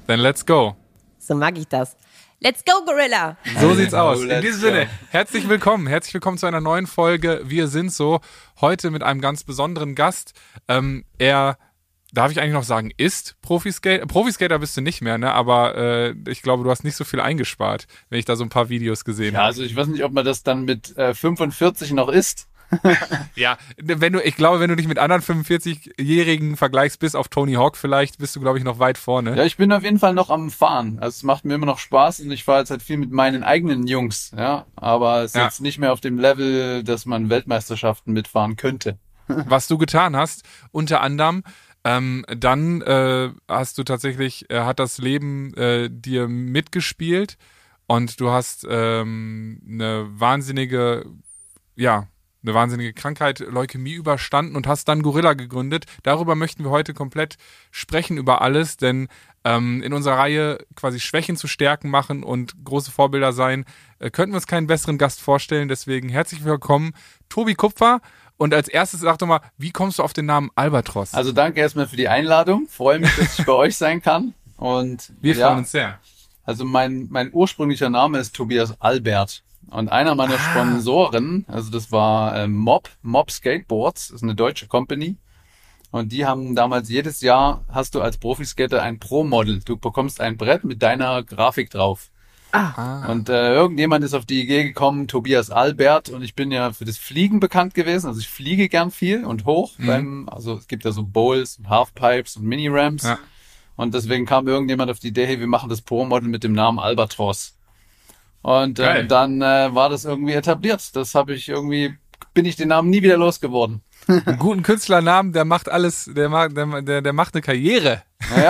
Then let's go. So mag ich das. Let's go, Gorilla! So sieht's aus. In diesem Sinne, herzlich willkommen zu einer neuen Folge Wir sind so. Heute mit einem ganz besonderen Gast. Er, darf ich eigentlich noch sagen, ist Profiskater? Profiskater bist du nicht mehr, ne? Aber ich glaube, du hast nicht so viel eingespart, wenn ich da so ein paar Videos gesehen habe. Ja, also ich weiß nicht, ob man das dann mit 45 noch ist. Ja, ich glaube, wenn du dich mit anderen 45-Jährigen vergleichst, bis auf Tony Hawk vielleicht, bist du, glaube ich, noch weit vorne. Ja, ich bin auf jeden Fall noch am Fahren. Also es macht mir immer noch Spaß und ich fahre jetzt halt viel mit meinen eigenen Jungs, ja. Aber es ist jetzt nicht mehr auf dem Level, dass man Weltmeisterschaften mitfahren könnte. Was du getan hast, unter anderem, dann hast du tatsächlich, hat das Leben dir mitgespielt und du hast eine wahnsinnige Krankheit, Leukämie überstanden und hast dann Gorilla gegründet. Darüber möchten wir heute komplett sprechen, über alles, denn in unserer Reihe quasi Schwächen zu Stärken machen und große Vorbilder sein, könnten wir uns keinen besseren Gast vorstellen. Deswegen herzlich willkommen, Tobi Kupfer. Und als erstes sag doch mal, wie kommst du auf den Namen Albatros? Also danke erstmal für die Einladung. Freue mich, dass ich bei euch sein kann. Und wir freuen uns sehr. Also mein ursprünglicher Name ist Tobias Albert. Und einer meiner Sponsoren, also das war Mob Skateboards, ist eine deutsche Company. Und die haben damals jedes Jahr, hast du als Profiskater ein Pro-Model. Du bekommst ein Brett mit deiner Grafik drauf. Und irgendjemand ist auf die Idee gekommen, Tobias Albert. Und ich bin ja für das Fliegen bekannt gewesen. Also ich fliege gern viel und hoch. Also es gibt ja so Bowls und Halfpipes und Mini-Ramps. Ja. Und deswegen kam irgendjemand auf die Idee, hey, wir machen das Pro-Model mit dem Namen Albatros. Und dann war das irgendwie etabliert. Bin ich den Namen nie wieder losgeworden. Einen guten Künstlernamen, der macht alles, der macht eine Karriere.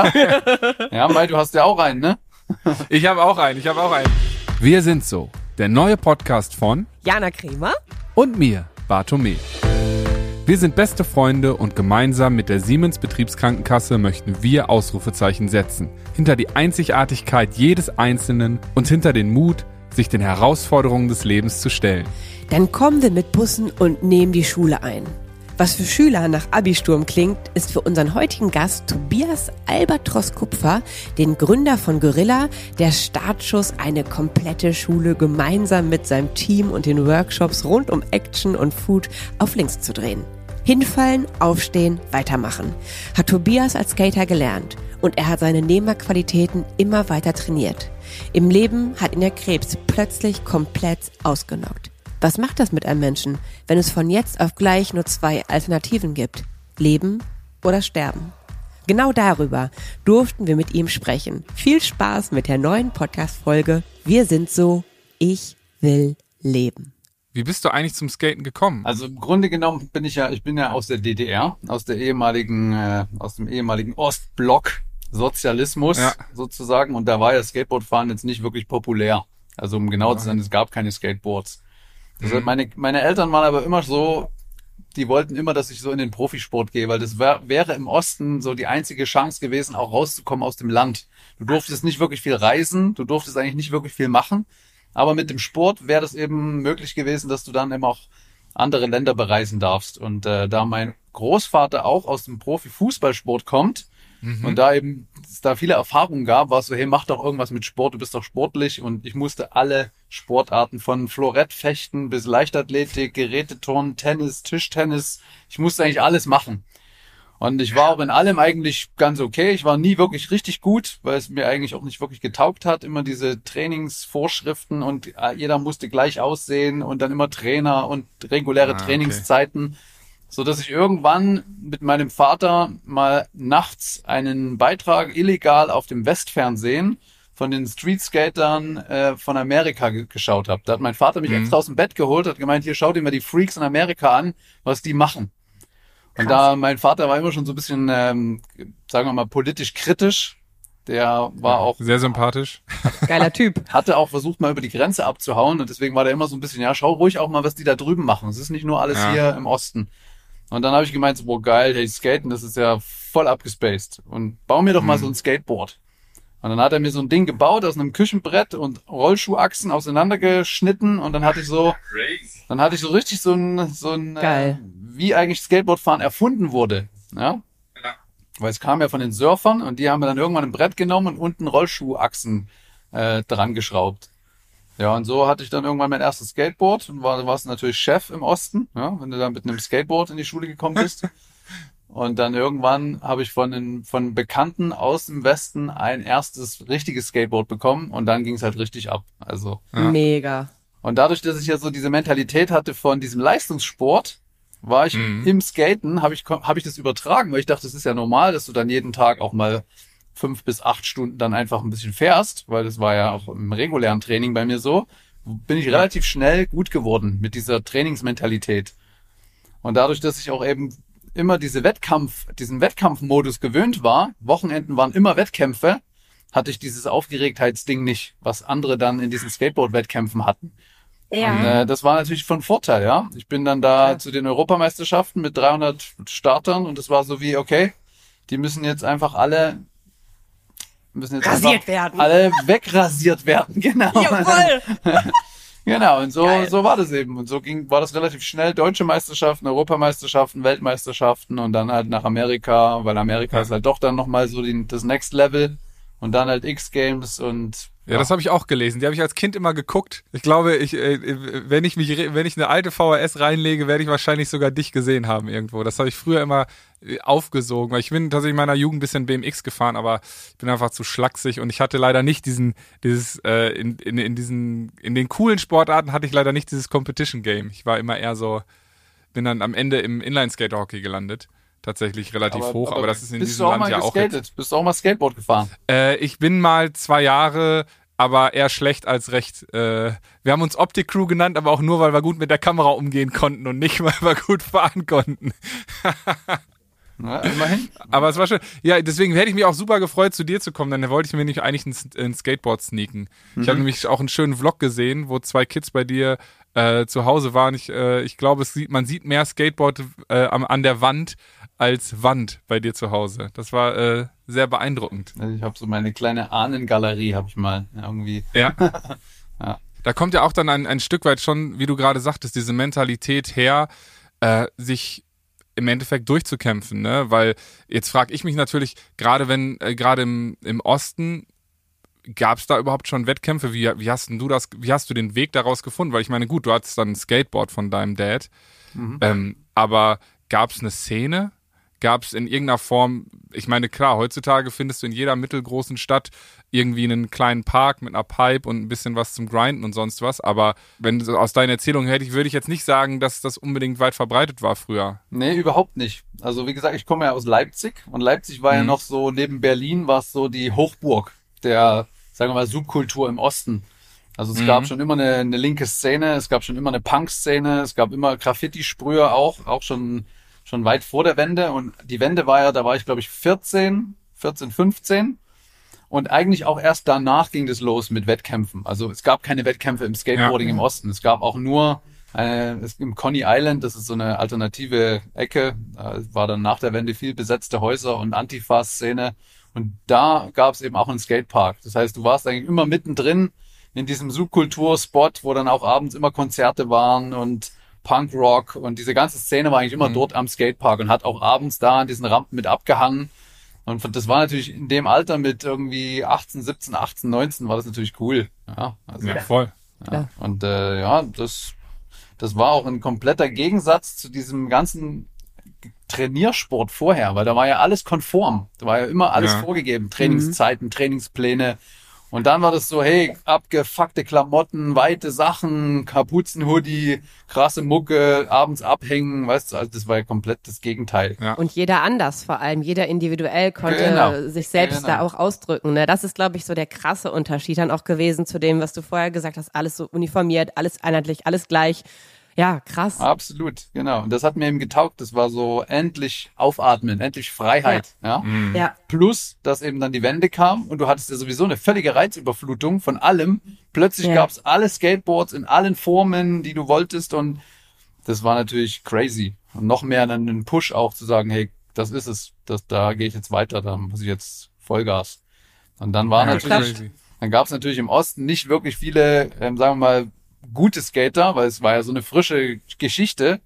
Ja, Mai, du hast ja auch einen, ne? Ich habe auch einen. Wir sind so, der neue Podcast von Jana Kremer und mir, Bartome. Wir sind beste Freunde und gemeinsam mit der Siemens Betriebskrankenkasse möchten wir Ausrufezeichen setzen. Hinter die Einzigartigkeit jedes Einzelnen und hinter den Mut, sich den Herausforderungen des Lebens zu stellen. Dann kommen wir mit Bussen und nehmen die Schule ein. Was für Schüler nach Abi-Sturm klingt, ist für unseren heutigen Gast Tobias Albatros Kupfer, den Gründer von Gorilla, der Startschuss, eine komplette Schule gemeinsam mit seinem Team und den Workshops rund um Action und Food auf links zu drehen. Hinfallen, aufstehen, weitermachen. Hat Tobias als Skater gelernt und er hat seine Nehmerqualitäten immer weiter trainiert. Im Leben hat ihn der Krebs plötzlich komplett ausgenockt. Was macht das mit einem Menschen, wenn es von jetzt auf gleich nur 2 Alternativen gibt? Leben oder sterben? Genau darüber durften wir mit ihm sprechen. Viel Spaß mit der neuen Podcast-Folge Wir sind so, ich will leben. Wie bist du eigentlich zum Skaten gekommen? Also im Grunde genommen bin ich bin ja aus der DDR, aus dem ehemaligen Ostblock Sozialismus sozusagen. Und da war ja Skateboardfahren jetzt nicht wirklich populär. Also um genau zu sein, es gab keine Skateboards. Also meine Eltern waren aber immer so, die wollten immer, dass ich so in den Profisport gehe, weil das wäre im Osten so die einzige Chance gewesen, auch rauszukommen aus dem Land. Du durftest nicht wirklich viel reisen, du durftest eigentlich nicht wirklich viel machen, aber mit dem Sport wäre das eben möglich gewesen, dass du dann eben auch andere Länder bereisen darfst. Und da mein Großvater auch aus dem Profifußballsport kommt und da viele Erfahrungen gab, war es so, hey, mach doch irgendwas mit Sport, du bist doch sportlich. Und ich musste alle Sportarten von Florettfechten bis Leichtathletik, Geräteturnen, Tennis, Tischtennis, ich musste eigentlich alles machen. Und ich war auch in allem eigentlich ganz okay. Ich war nie wirklich richtig gut, weil es mir eigentlich auch nicht wirklich getaugt hat. Immer diese Trainingsvorschriften und jeder musste gleich aussehen und dann immer Trainer und reguläre Trainingszeiten. So dass ich irgendwann mit meinem Vater mal nachts einen Beitrag illegal auf dem Westfernsehen von den Streetskatern von Amerika geschaut habe. Da hat mein Vater mich extra aus dem Bett geholt, hat gemeint, hier schau dir mal die Freaks in Amerika an, was die machen. Und da mein Vater war immer schon so ein bisschen, sagen wir mal, politisch kritisch. Der war auch sehr sympathisch. Geiler Typ. Hatte auch versucht, mal über die Grenze abzuhauen. Und deswegen war der immer so ein bisschen, ja, schau ruhig auch mal, was die da drüben machen. Es ist nicht nur alles hier im Osten. Und dann habe ich gemeint, so, boah, geil, hey, Skaten, das ist ja voll abgespaced. Und bau mir doch mal so ein Skateboard. Und dann hat er mir so ein Ding gebaut aus einem Küchenbrett und Rollschuhachsen auseinandergeschnitten. Und dann hatte ich so richtig so ein geil. Wie eigentlich Skateboardfahren erfunden wurde. Ja. Weil es kam ja von den Surfern und die haben dann irgendwann ein Brett genommen und unten Rollschuhachsen dran geschraubt. Ja, und so hatte ich dann irgendwann mein erstes Skateboard und warst natürlich Chef im Osten, ja, wenn du dann mit einem Skateboard in die Schule gekommen bist. Und dann irgendwann habe ich von Bekannten aus dem Westen ein erstes richtiges Skateboard bekommen und dann ging es halt richtig ab. Also Mega. Und dadurch, dass ich ja so diese Mentalität hatte von diesem Leistungssport, war ich im Skaten, habe ich das übertragen, weil ich dachte, das ist ja normal, dass du dann jeden Tag auch mal 5 bis 8 Stunden dann einfach ein bisschen fährst, weil das war ja auch im regulären Training bei mir so, bin ich relativ schnell gut geworden mit dieser Trainingsmentalität. Und dadurch, dass ich auch eben immer diesen Wettkampfmodus gewöhnt war, Wochenenden waren immer Wettkämpfe, hatte ich dieses Aufgeregtheitsding nicht, was andere dann in diesen Skateboard-Wettkämpfen hatten. Ja. Und das war natürlich von Vorteil, ja. Ich bin dann da zu den Europameisterschaften mit 300 Startern und es war so wie, okay, die müssen jetzt alle wegrasiert werden, genau. Jawohl! Genau, und so war das eben. Und so war das relativ schnell. Deutsche Meisterschaften, Europameisterschaften, Weltmeisterschaften und dann halt nach Amerika, weil Amerika ist halt doch dann nochmal so das Next Level und dann halt X-Games und ja, das habe ich auch gelesen. Die habe ich als Kind immer geguckt. Ich glaube, wenn ich eine alte VHS reinlege, werde ich wahrscheinlich sogar dich gesehen haben irgendwo. Das habe ich früher immer aufgesogen, weil ich bin tatsächlich in meiner Jugend ein bisschen BMX gefahren, aber ich bin einfach zu schlaksig und ich hatte leider nicht in den coolen Sportarten hatte ich leider nicht dieses Competition Game. Ich war immer eher so, bin dann am Ende im Inline-Skater-Hockey gelandet. Tatsächlich relativ hoch, aber das ist in diesem Land ja auch jetzt. Bist du auch mal Skateboard gefahren? Ich bin mal 2 Jahre, aber eher schlecht als recht. Wir haben uns Optic Crew genannt, aber auch nur, weil wir gut mit der Kamera umgehen konnten und nicht, weil wir gut fahren konnten. Na, immerhin. Aber es war schön. Ja, deswegen hätte ich mich auch super gefreut, zu dir zu kommen, dann wollte ich mir nämlich eigentlich ein Skateboard sneaken. Ich habe nämlich auch einen schönen Vlog gesehen, wo 2 Kids bei dir zu Hause waren. Ich glaube, man sieht mehr Skateboard an der Wand als Wand bei dir zu Hause. Das war sehr beeindruckend. Also ich habe so meine kleine Ahnengalerie, habe ich mal irgendwie. Ja. Ja. Da kommt ja auch dann ein Stück weit schon, wie du gerade sagtest, diese Mentalität her, sich im Endeffekt durchzukämpfen, ne? Weil jetzt frage ich mich natürlich, gerade im Osten, gab es da überhaupt schon Wettkämpfe? Wie hast du den Weg daraus gefunden? Weil ich meine, gut, du hattest dann ein Skateboard von deinem Dad, aber gab es eine Szene? Gab es in irgendeiner Form, ich meine, klar, heutzutage findest du in jeder mittelgroßen Stadt irgendwie einen kleinen Park mit einer Pipe und ein bisschen was zum Grinden und sonst was, aber wenn aus deiner Erzählung würde ich jetzt nicht sagen, dass das unbedingt weit verbreitet war früher. Nee, überhaupt nicht. Also wie gesagt, ich komme ja aus Leipzig und Leipzig war ja noch so, neben Berlin war es so die Hochburg der, sagen wir mal, Subkultur im Osten. Also es gab schon immer eine linke Szene, es gab schon immer eine Punk-Szene, es gab immer Graffiti-Sprüher auch schon weit vor der Wende. Und die Wende war ja, da war ich glaube ich 14, 15. Und eigentlich auch erst danach ging das los mit Wettkämpfen. Also es gab keine Wettkämpfe im Skateboarding im Osten. Es gab auch nur im Coney Island, das ist so eine alternative Ecke, war dann nach der Wende viel besetzte Häuser und Antifa-Szene. Und da gab es eben auch einen Skatepark. Das heißt, du warst eigentlich immer mittendrin in diesem Subkulturspot, wo dann auch abends immer Konzerte waren und Punkrock und diese ganze Szene war eigentlich immer dort am Skatepark und hat auch abends da an diesen Rampen mit abgehangen. Und das war natürlich in dem Alter mit irgendwie 18, 17, 18, 19 war das natürlich cool. Ja, also, ja voll. Ja. Und das war auch ein kompletter Gegensatz zu diesem ganzen Trainiersport vorher, weil da war ja alles konform. Da war ja immer alles vorgegeben. Trainingszeiten, Trainingspläne. Und dann war das so, hey, abgefuckte Klamotten, weite Sachen, Kapuzenhoodie, krasse Mucke, abends abhängen, weißt du, also das war ja komplett das Gegenteil. Ja. Und jeder anders vor allem, jeder individuell konnte sich selbst da auch ausdrücken. Ne? Das ist, glaube ich, so der krasse Unterschied dann auch gewesen zu dem, was du vorher gesagt hast, alles so uniformiert, alles einheitlich, alles gleich. Ja, krass. Absolut, genau. Und das hat mir eben getaugt. Das war so endlich aufatmen, endlich Freiheit. Ja. Ja. Plus, dass eben dann die Wende kam und du hattest ja sowieso eine völlige Reizüberflutung von allem. Plötzlich gab's alle Skateboards in allen Formen, die du wolltest und das war natürlich crazy. Und noch mehr dann einen Push auch zu sagen, hey, das ist es. Da gehe ich jetzt weiter, da muss ich jetzt Vollgas. Und dann war dann gab's natürlich im Osten nicht wirklich viele, sagen wir mal, gute Skater, weil es war ja so eine frische Geschichte.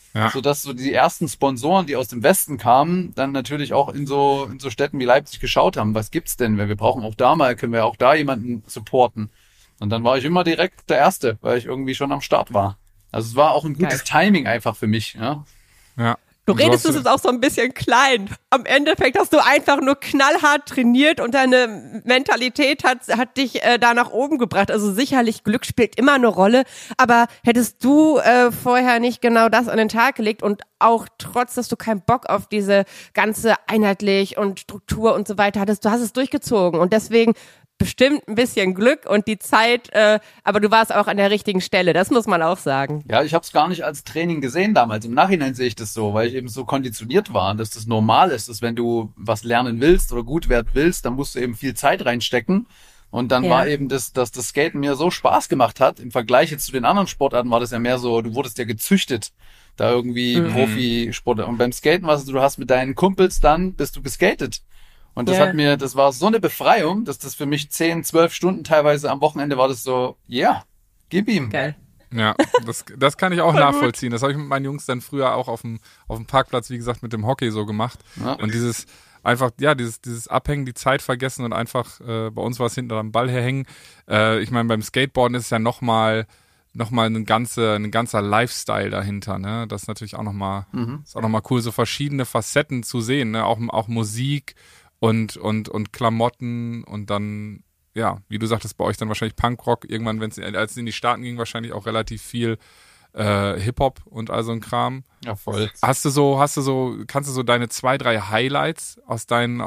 Ja. Sodass so die ersten Sponsoren, die aus dem Westen kamen, dann natürlich auch in so Städten wie Leipzig geschaut haben, was gibt's denn? Weil wir brauchen auch da mal, können wir auch da jemanden supporten. Und dann war ich immer direkt der Erste, weil ich irgendwie schon am Start war. Also es war auch ein gutes Timing einfach für mich. Ja. Du redest es jetzt auch so ein bisschen klein. Am Endeffekt hast du einfach nur knallhart trainiert und deine Mentalität hat dich da nach oben gebracht. Also sicherlich Glück spielt immer eine Rolle, aber hättest du vorher nicht genau das an den Tag gelegt und auch trotz, dass du keinen Bock auf diese ganze einheitlich und Struktur und so weiter hattest, du hast es durchgezogen und deswegen bestimmt ein bisschen Glück und die Zeit, aber du warst auch an der richtigen Stelle, das muss man auch sagen. Ja, ich habe es gar nicht als Training gesehen damals. Im Nachhinein sehe ich das so, weil ich eben so konditioniert war, dass das normal ist, dass wenn du was lernen willst oder gut werden willst, dann musst du eben viel Zeit reinstecken. Und dann war eben dass das Skaten mir so Spaß gemacht hat. Im Vergleich jetzt zu den anderen Sportarten war das ja mehr so, du wurdest ja gezüchtet, da irgendwie Profisport. Und beim Skaten war es so, du hast mit deinen Kumpels dann, bist du geskatet. Und das war so eine Befreiung, dass das für mich 10, 12 Stunden teilweise am Wochenende war das so, gib ihm. Geil. Ja, das kann ich auch nachvollziehen. Das habe ich mit meinen Jungs dann früher auch auf dem Parkplatz, wie gesagt, mit dem Hockey so gemacht. Ja. Und dieses Abhängen, die Zeit vergessen und einfach, bei uns war es hinter am Ball herhängen. Ich meine, beim Skateboarden ist es ja noch mal ein ganzer Lifestyle dahinter, ne? Das ist natürlich auch nochmal cool, so verschiedene Facetten zu sehen, ne? Auch Musik und Klamotten und dann, ja, wie du sagtest, bei euch dann wahrscheinlich Punkrock, irgendwann, als es in die Staaten ging, wahrscheinlich auch relativ viel Hip-Hop und all so ein Kram. Ja, voll. Kannst du so deine 2, 3 Highlights aus deinem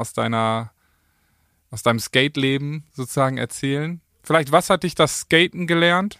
Skate-Leben sozusagen erzählen? Vielleicht, was hat dich das Skaten gelehrt,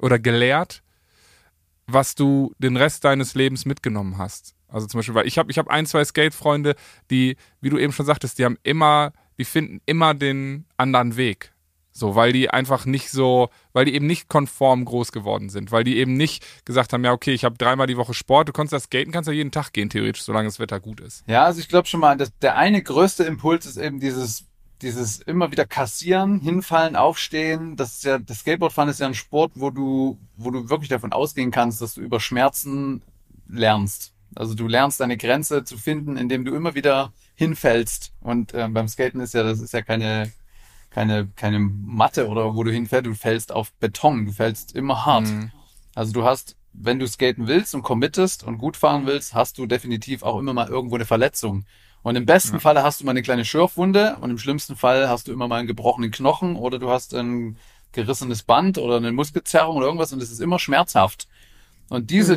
was du den Rest deines Lebens mitgenommen hast? Also zum Beispiel, weil ich hab 1, 2 Skate-Freunde, die, wie du eben schon sagtest, die finden immer den anderen Weg. So, weil die eben nicht konform groß geworden sind, weil die eben nicht gesagt haben, ja okay, ich habe 3-mal die Woche Sport, du kannst ja skaten, kannst ja jeden Tag gehen, theoretisch, solange das Wetter gut ist. Ja, also ich glaube schon mal, der eine größte Impuls ist eben dieses immer wieder kassieren, hinfallen, aufstehen. Das Skateboardfahren ist ja ein Sport, wo du wirklich davon ausgehen kannst, dass du über Schmerzen lernst. Also du lernst deine Grenze zu finden, indem du immer wieder hinfällst. Und beim Skaten das ist ja keine Matte oder wo du hinfällst, du fällst auf Beton, du fällst immer hart. Also du hast, wenn du skaten willst und committest und gut fahren willst, hast du definitiv auch immer mal irgendwo eine Verletzung. Und im besten Falle hast du mal eine kleine Schürfwunde und im schlimmsten Fall hast du immer mal einen gebrochenen Knochen oder du hast ein gerissenes Band oder eine Muskelzerrung oder irgendwas und es ist immer schmerzhaft. Und diese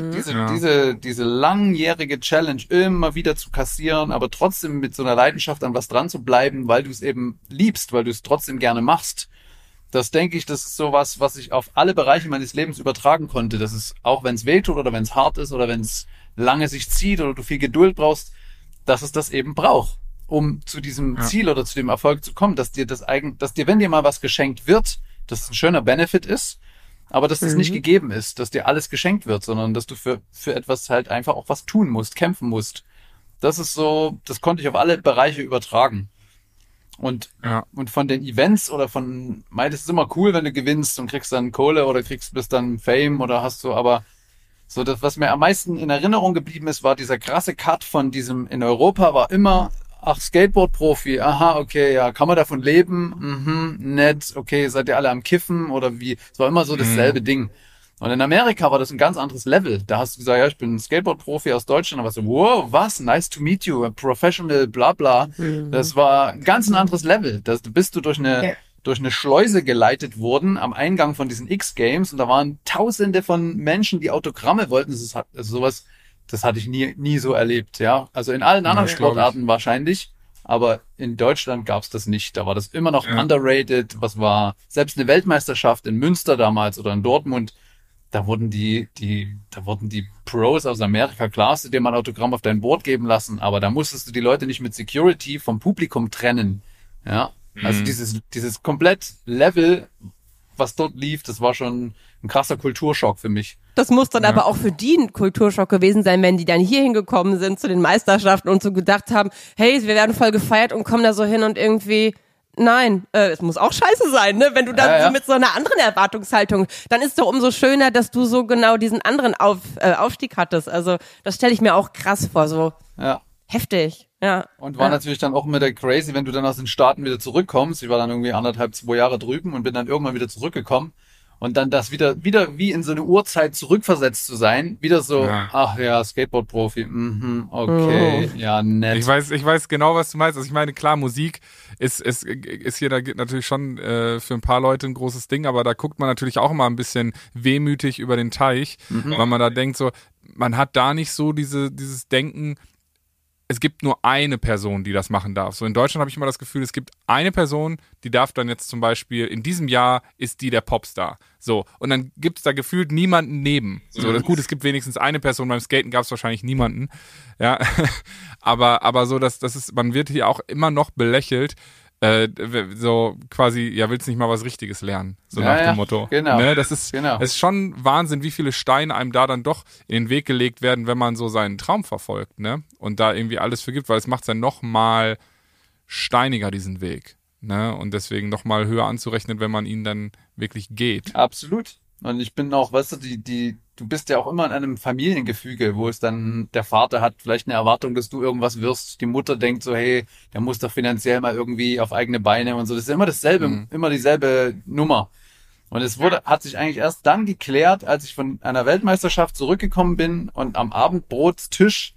langjährige Challenge immer wieder zu kassieren, aber trotzdem mit so einer Leidenschaft an was dran zu bleiben, weil du es eben liebst, weil du es trotzdem gerne machst. Das denke ich, das ist sowas, was ich auf alle Bereiche meines Lebens übertragen konnte. Das ist, auch wenn es weh tut oder wenn es hart ist oder wenn es lange sich zieht oder du viel Geduld brauchst, dass es das eben braucht, um zu diesem Ziel oder zu dem Erfolg zu kommen, dass dir, wenn dir mal was geschenkt wird, dass es ein schöner Benefit ist, aber dass das nicht gegeben ist, dass dir alles geschenkt wird, sondern dass du für etwas halt einfach auch was tun musst, kämpfen musst. Das ist so, das konnte ich auf alle Bereiche übertragen. Und von den Events oder das ist immer cool, wenn du gewinnst und kriegst dann Kohle oder bist dann Fame oder hast so, aber so das, was mir am meisten in Erinnerung geblieben ist, war dieser krasse Cut von diesem, in Europa war immer, Skateboard-Profi, aha, okay, ja, kann man davon leben? Nett, okay, seid ihr alle am Kiffen oder wie? Es war immer so dasselbe Ding. Und in Amerika war das ein ganz anderes Level. Da hast du gesagt, ja, ich bin ein Skateboard-Profi aus Deutschland, aber so, wow, was? Nice to meet you, a professional, bla bla. Das war ein ganz anderes Level. Da bist du durch eine Schleuse geleitet worden am Eingang von diesen X-Games und da waren Tausende von Menschen, die Autogramme wollten. Das hatte ich nie so erlebt, ja. Also in allen anderen Sportarten wahrscheinlich, aber in Deutschland gab's das nicht. Da war das immer noch underrated. Selbst eine Weltmeisterschaft in Münster damals oder in Dortmund, da wurden die Pros aus Amerika, klar, hast du dir mal ein Autogramm auf dein Board geben lassen, aber da musstest du die Leute nicht mit Security vom Publikum trennen, ja. Also dieses komplett Level, was dort lief, das war schon ein krasser Kulturschock für mich. Das muss dann aber auch für die ein Kulturschock gewesen sein, wenn die dann hier hingekommen sind zu den Meisterschaften und so gedacht haben, hey, wir werden voll gefeiert und kommen da so hin und irgendwie Nein, es muss auch scheiße sein, ne? Wenn du dann so mit so einer anderen Erwartungshaltung, dann ist doch umso schöner, dass du so genau diesen anderen Aufstieg hattest. Also das stelle ich mir auch krass vor, so heftig. Ja. Und war natürlich dann auch immer der crazy, wenn du dann aus den Staaten wieder zurückkommst. Ich war dann irgendwie 1,5, 2 Jahre drüben und bin dann irgendwann wieder zurückgekommen. Und dann das wieder wie in so eine Urzeit zurückversetzt zu sein, wieder so, ach ja, Skateboard-Profi, okay, ja, nett. Ich weiß genau, was du meinst. Also ich meine, klar, Musik ist hier da natürlich schon für ein paar Leute ein großes Ding, aber da guckt man natürlich auch immer ein bisschen wehmütig über den Teich, weil man da denkt so, man hat da nicht so dieses Denken, es gibt nur eine Person, die das machen darf. So in Deutschland habe ich immer das Gefühl, es gibt eine Person, die darf dann jetzt zum Beispiel, in diesem Jahr ist die der Popstar. So, und dann gibt es da gefühlt niemanden neben. So, gut, es gibt wenigstens eine Person, beim Skaten gab es wahrscheinlich niemanden. Ja, aber so, das ist, man wird hier auch immer noch belächelt, so quasi, ja, willst nicht mal was Richtiges lernen, so nach dem Motto. Genau. Ne, das ist schon Wahnsinn, wie viele Steine einem da dann doch in den Weg gelegt werden, wenn man so seinen Traum verfolgt, ne? Und da irgendwie alles für gibt, weil es macht es ja noch mal steiniger, diesen Weg, ne? Und deswegen noch mal höher anzurechnen, wenn man ihn dann wirklich geht. Absolut. Und ich bin auch, weißt du, du bist ja auch immer in einem Familiengefüge, wo es dann, der Vater hat vielleicht eine Erwartung, dass du irgendwas wirst. Die Mutter denkt so, hey, der muss doch finanziell mal irgendwie auf eigene Beine und so. Das ist immer dasselbe, immer dieselbe Nummer. Und es hat sich eigentlich erst dann geklärt, als ich von einer Weltmeisterschaft zurückgekommen bin und am Abendbrotstisch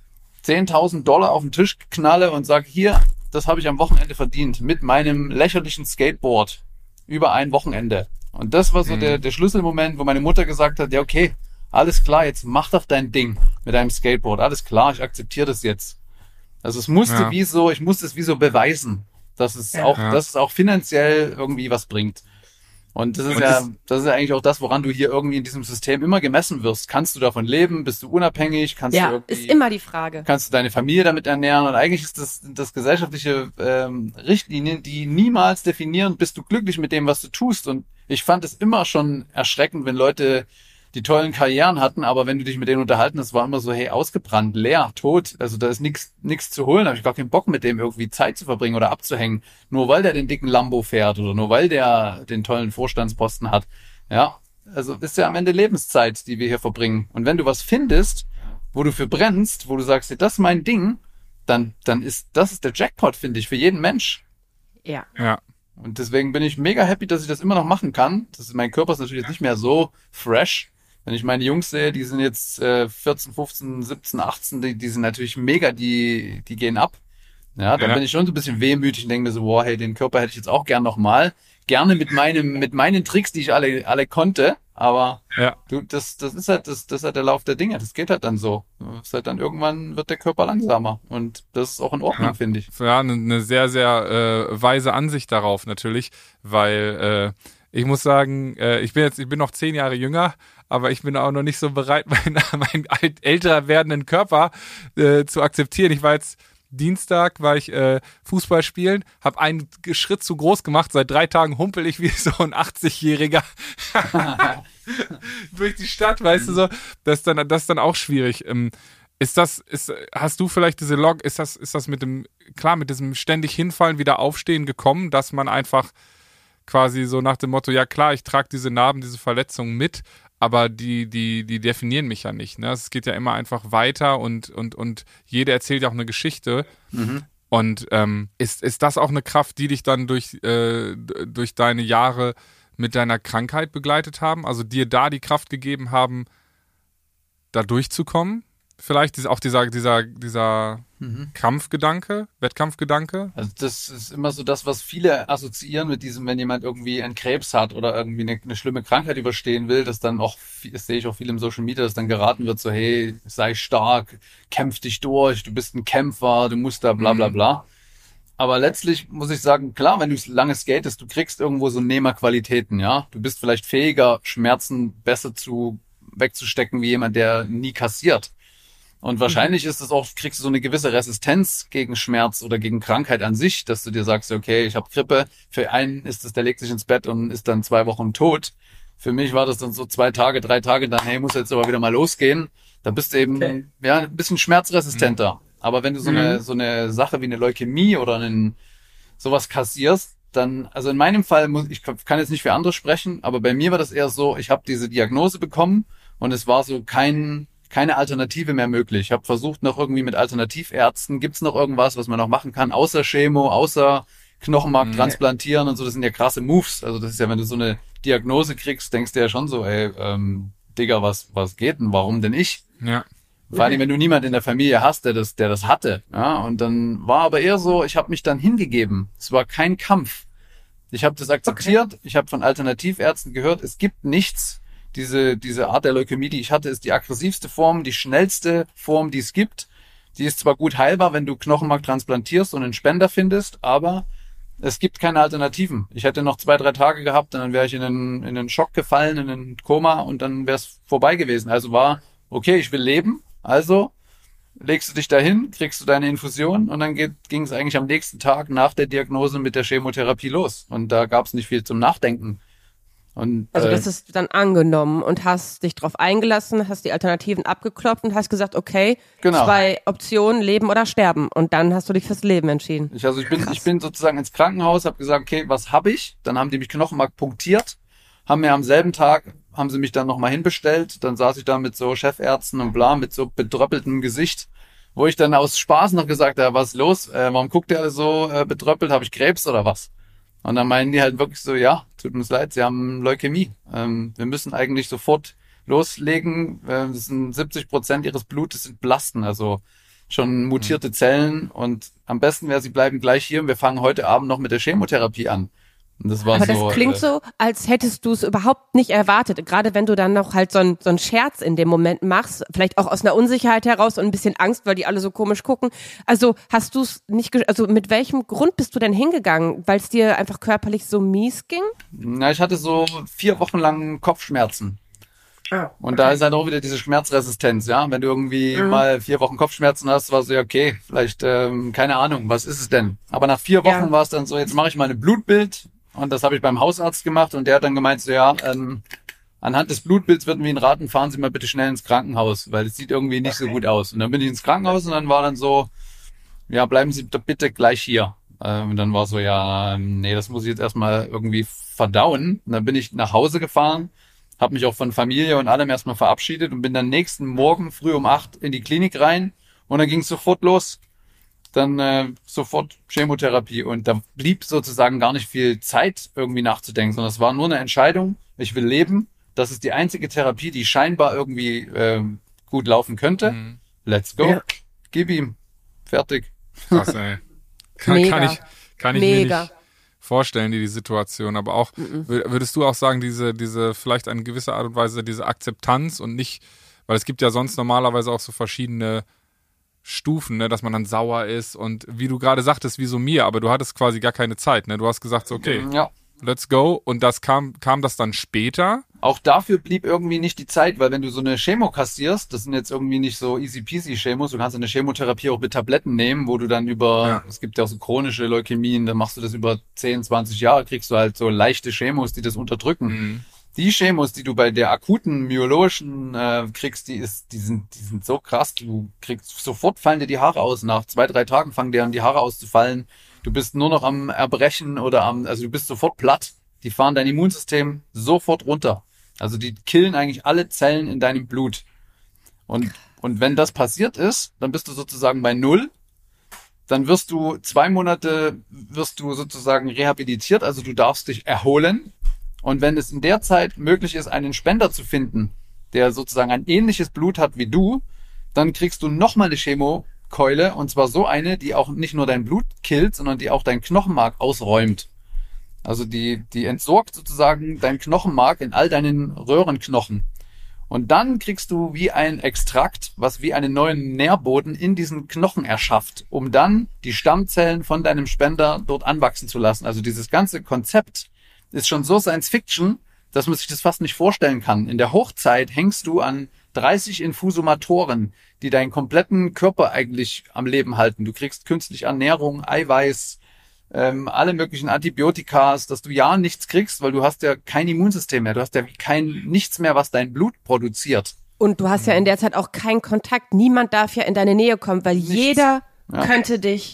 $10.000 auf den Tisch knalle und sage, hier, das habe ich am Wochenende verdient mit meinem lächerlichen Skateboard über ein Wochenende. Und das war so der Schlüsselmoment, wo meine Mutter gesagt hat, ja okay, alles klar, jetzt mach doch dein Ding mit deinem Skateboard. Alles klar, ich akzeptiere das jetzt. Also ich musste es wie so beweisen, dass es auch finanziell irgendwie was bringt. Und das ist ja eigentlich auch das, woran du hier irgendwie in diesem System immer gemessen wirst. Kannst du davon leben? Bist du unabhängig? Ist immer die Frage. Kannst du deine Familie damit ernähren? Und eigentlich ist das gesellschaftliche Richtlinien, die niemals definieren, bist du glücklich mit dem, was du tust. Und ich fand es immer schon erschreckend, wenn Leute die tollen Karrieren hatten, aber wenn du dich mit denen unterhalten hast, war immer so, hey, ausgebrannt, leer, tot. Also da ist nichts zu holen. Da habe ich gar keinen Bock, mit dem irgendwie Zeit zu verbringen oder abzuhängen. Nur weil der den dicken Lambo fährt oder nur weil der den tollen Vorstandsposten hat. Ja, also ist ja am Ende Lebenszeit, die wir hier verbringen. Und wenn du was findest, wo du für brennst, wo du sagst, hey, das ist mein Ding, dann ist das der Jackpot, finde ich, für jeden Mensch. Ja. Und deswegen bin ich mega happy, dass ich das immer noch machen kann. Mein Körper ist natürlich jetzt nicht mehr so fresh. Wenn ich meine Jungs sehe, die sind jetzt 14, 15, 17, 18, die sind natürlich mega, die gehen ab. Ja, dann bin ich schon so ein bisschen wehmütig und denke mir so, wow, hey, den Körper hätte ich jetzt auch gern nochmal. Gerne mit meinen Tricks, die ich alle konnte. Aber das ist halt der Lauf der Dinge. Das geht halt dann so. Das ist halt dann irgendwann wird der Körper langsamer. Und das ist auch in Ordnung, finde ich. Ja, eine sehr, sehr weise Ansicht darauf natürlich, weil ich muss sagen, ich bin noch 10 Jahre jünger, aber ich bin auch noch nicht so bereit, meinen älter werdenden Körper zu akzeptieren. Ich war jetzt Dienstag Fußball spielen, habe einen Schritt zu groß gemacht, seit 3 Tagen humpel ich wie so ein 80-Jähriger durch die Stadt, weißt du so, das ist dann auch schwierig. Hast du vielleicht diese ist das mit diesem ständig hinfallen, wieder aufstehen gekommen, dass man einfach quasi so nach dem Motto, ja klar, ich trage diese Narben, diese Verletzungen mit, aber die definieren mich ja nicht. Ne? Es geht ja immer einfach weiter und jeder erzählt ja auch eine Geschichte. Und ist das auch eine Kraft, die dich dann durch deine Jahre mit deiner Krankheit begleitet haben? Also dir da die Kraft gegeben haben, da durchzukommen? Vielleicht auch dieser Kampfgedanke, Wettkampfgedanke? Also das ist immer so das, was viele assoziieren mit diesem, wenn jemand irgendwie einen Krebs hat oder irgendwie eine schlimme Krankheit überstehen will, dass dann auch, das sehe ich auch viel im Social Media, dass dann geraten wird so, hey, sei stark, kämpf dich durch, du bist ein Kämpfer, du musst da bla bla bla. Aber letztlich muss ich sagen, klar, wenn du lange skatest, du kriegst irgendwo so Nehmerqualitäten, ja. Du bist vielleicht fähiger, Schmerzen besser wegzustecken wie jemand, der nie kassiert. Und wahrscheinlich ist es auch, kriegst du so eine gewisse Resistenz gegen Schmerz oder gegen Krankheit an sich, dass du dir sagst, okay, ich habe Grippe. Für einen ist es, der legt sich ins Bett und ist dann 2 Wochen tot. Für mich war das dann so 2 Tage, 3 Tage, dann, hey, muss jetzt aber wieder mal losgehen. Dann bist du eben ein bisschen schmerzresistenter. Aber wenn du so eine Sache wie eine Leukämie oder einen sowas kassierst, dann, also in meinem Fall, ich kann jetzt nicht für andere sprechen, aber bei mir war das eher so, ich habe diese Diagnose bekommen und es war so keine Alternative mehr möglich. Ich habe versucht noch irgendwie mit Alternativärzten, gibt's noch irgendwas, was man noch machen kann, außer Chemo, außer Knochenmark transplantieren und so, das sind ja krasse Moves. Also das ist ja, wenn du so eine Diagnose kriegst, denkst du ja schon so, ey, Digga, was geht denn, warum denn ich? Ja. Vor allem, wenn du niemand in der Familie hast, der das hatte. Ja, und dann war aber eher so, ich habe mich dann hingegeben. Es war kein Kampf. Ich habe das akzeptiert. Okay. Ich habe von Alternativärzten gehört, es gibt nichts. Diese Art der Leukämie, die ich hatte, ist die aggressivste Form, die schnellste Form, die es gibt. Die ist zwar gut heilbar, wenn du Knochenmark transplantierst und einen Spender findest, aber es gibt keine Alternativen. Ich hätte noch 2-3 Tage gehabt und dann wäre ich in einen Schock gefallen, in einen Koma und dann wäre es vorbei gewesen. Also war, okay, ich will leben. Also legst du dich dahin, kriegst du deine Infusion und dann ging es eigentlich am nächsten Tag nach der Diagnose mit der Chemotherapie los. Und da gab es nicht viel zum Nachdenken. Und, also das ist dann angenommen und hast dich drauf eingelassen, hast die Alternativen abgeklopft und hast gesagt, okay, genau. 2 Optionen, leben oder sterben. Und dann hast du dich fürs Leben entschieden. Ich bin sozusagen ins Krankenhaus, habe gesagt, okay, was habe ich? Dann haben die mich Knochenmark punktiert, haben mir am selben Tag, haben sie mich dann nochmal hinbestellt. Dann saß ich da mit so Chefärzten und bla, mit so bedröppeltem Gesicht, wo ich dann aus Spaß noch gesagt habe, was ist los? Warum guckt ihr alle so bedröppelt? Habe ich Krebs oder was? Und dann meinen die halt wirklich so, ja, tut uns leid, sie haben Leukämie. Wir müssen eigentlich sofort loslegen. Das sind 70% ihres Blutes sind Blasten, also schon mutierte Zellen. Und am besten wäre, sie bleiben gleich hier und wir fangen heute Abend noch mit der Chemotherapie an. Und das war aber so, das klingt so, als hättest du es überhaupt nicht erwartet. Gerade wenn du dann noch halt so einen Scherz in dem Moment machst, vielleicht auch aus einer Unsicherheit heraus und ein bisschen Angst, weil die alle so komisch gucken. Also hast du es nicht, also mit welchem Grund bist du denn hingegangen? Weil es dir einfach körperlich so mies ging? Na, ich hatte so 4 Wochen lang Kopfschmerzen. Ah, und da ist halt auch wieder diese Schmerzresistenz, ja. Wenn du irgendwie mal 4 Wochen Kopfschmerzen hast, war so, ja, okay, vielleicht, keine Ahnung, was ist es denn? Aber nach 4 Wochen war es dann so, jetzt mache ich mal ein Blutbild. Und das habe ich beim Hausarzt gemacht und der hat dann gemeint, so ja, anhand des Blutbilds würden wir Ihnen raten, fahren Sie mal bitte schnell ins Krankenhaus, weil es sieht irgendwie nicht so gut aus. Und dann bin ich ins Krankenhaus und dann war dann so, ja, bleiben Sie bitte gleich hier. Und dann war so, ja, nee, das muss ich jetzt erstmal irgendwie verdauen. Und dann bin ich nach Hause gefahren, habe mich auch von Familie und allem erstmal verabschiedet und bin dann nächsten Morgen früh um 8 in die Klinik rein und dann ging es sofort los. Dann sofort Chemotherapie und da blieb sozusagen gar nicht viel Zeit irgendwie nachzudenken, sondern es war nur eine Entscheidung, ich will leben, das ist die einzige Therapie, die scheinbar irgendwie gut laufen könnte. Let's go, gib ihm, fertig. Krass, ey. Kann ich mir nicht vorstellen, die Situation, aber auch, würdest du auch sagen, diese vielleicht eine gewisse Art und Weise, diese Akzeptanz und nicht, weil es gibt ja sonst normalerweise auch so verschiedene Stufen, ne, dass man dann sauer ist und wie du gerade sagtest, wie so mir, aber du hattest quasi gar keine Zeit, ne? Du hast gesagt, so, okay, let's go und das kam das dann später? Auch dafür blieb irgendwie nicht die Zeit, weil wenn du so eine Chemo kassierst, das sind jetzt irgendwie nicht so easy peasy Chemos, du kannst eine Chemotherapie auch mit Tabletten nehmen, wo du dann es gibt ja auch so chronische Leukämien, dann machst du das über 10, 20 Jahre, kriegst du halt so leichte Chemos, die das unterdrücken. Die Chemos, die du bei der akuten myologischen kriegst, die sind so krass, du kriegst sofort fallen dir die Haare aus. Nach 2-3 Tagen fangen dir an, die Haare auszufallen. Du bist nur noch am Erbrechen also du bist sofort platt. Die fahren dein Immunsystem sofort runter. Also die killen eigentlich alle Zellen in deinem Blut. Und wenn das passiert ist, dann bist du sozusagen bei 0. Dann wirst du 2 Monate sozusagen rehabilitiert, also du darfst dich erholen. Und wenn es in der Zeit möglich ist, einen Spender zu finden, der sozusagen ein ähnliches Blut hat wie du, dann kriegst du nochmal eine Chemokeule und zwar so eine, die auch nicht nur dein Blut killt, sondern die auch dein Knochenmark ausräumt. Also die entsorgt sozusagen dein Knochenmark in all deinen Röhrenknochen. Und dann kriegst du wie ein Extrakt, was wie einen neuen Nährboden in diesen Knochen erschafft, um dann die Stammzellen von deinem Spender dort anwachsen zu lassen. Also dieses ganze Konzept ist schon so Science Fiction, dass man sich das fast nicht vorstellen kann. In der Hochzeit hängst du an 30 Infusomatoren, die deinen kompletten Körper eigentlich am Leben halten. Du kriegst künstliche Ernährung, Eiweiß, alle möglichen Antibiotikas, dass du ja nichts kriegst, weil du hast ja kein Immunsystem mehr. Du hast ja nichts mehr, was dein Blut produziert. Und du hast ja in der Zeit auch keinen Kontakt. Niemand darf ja in deine Nähe kommen, weil jeder könnte dich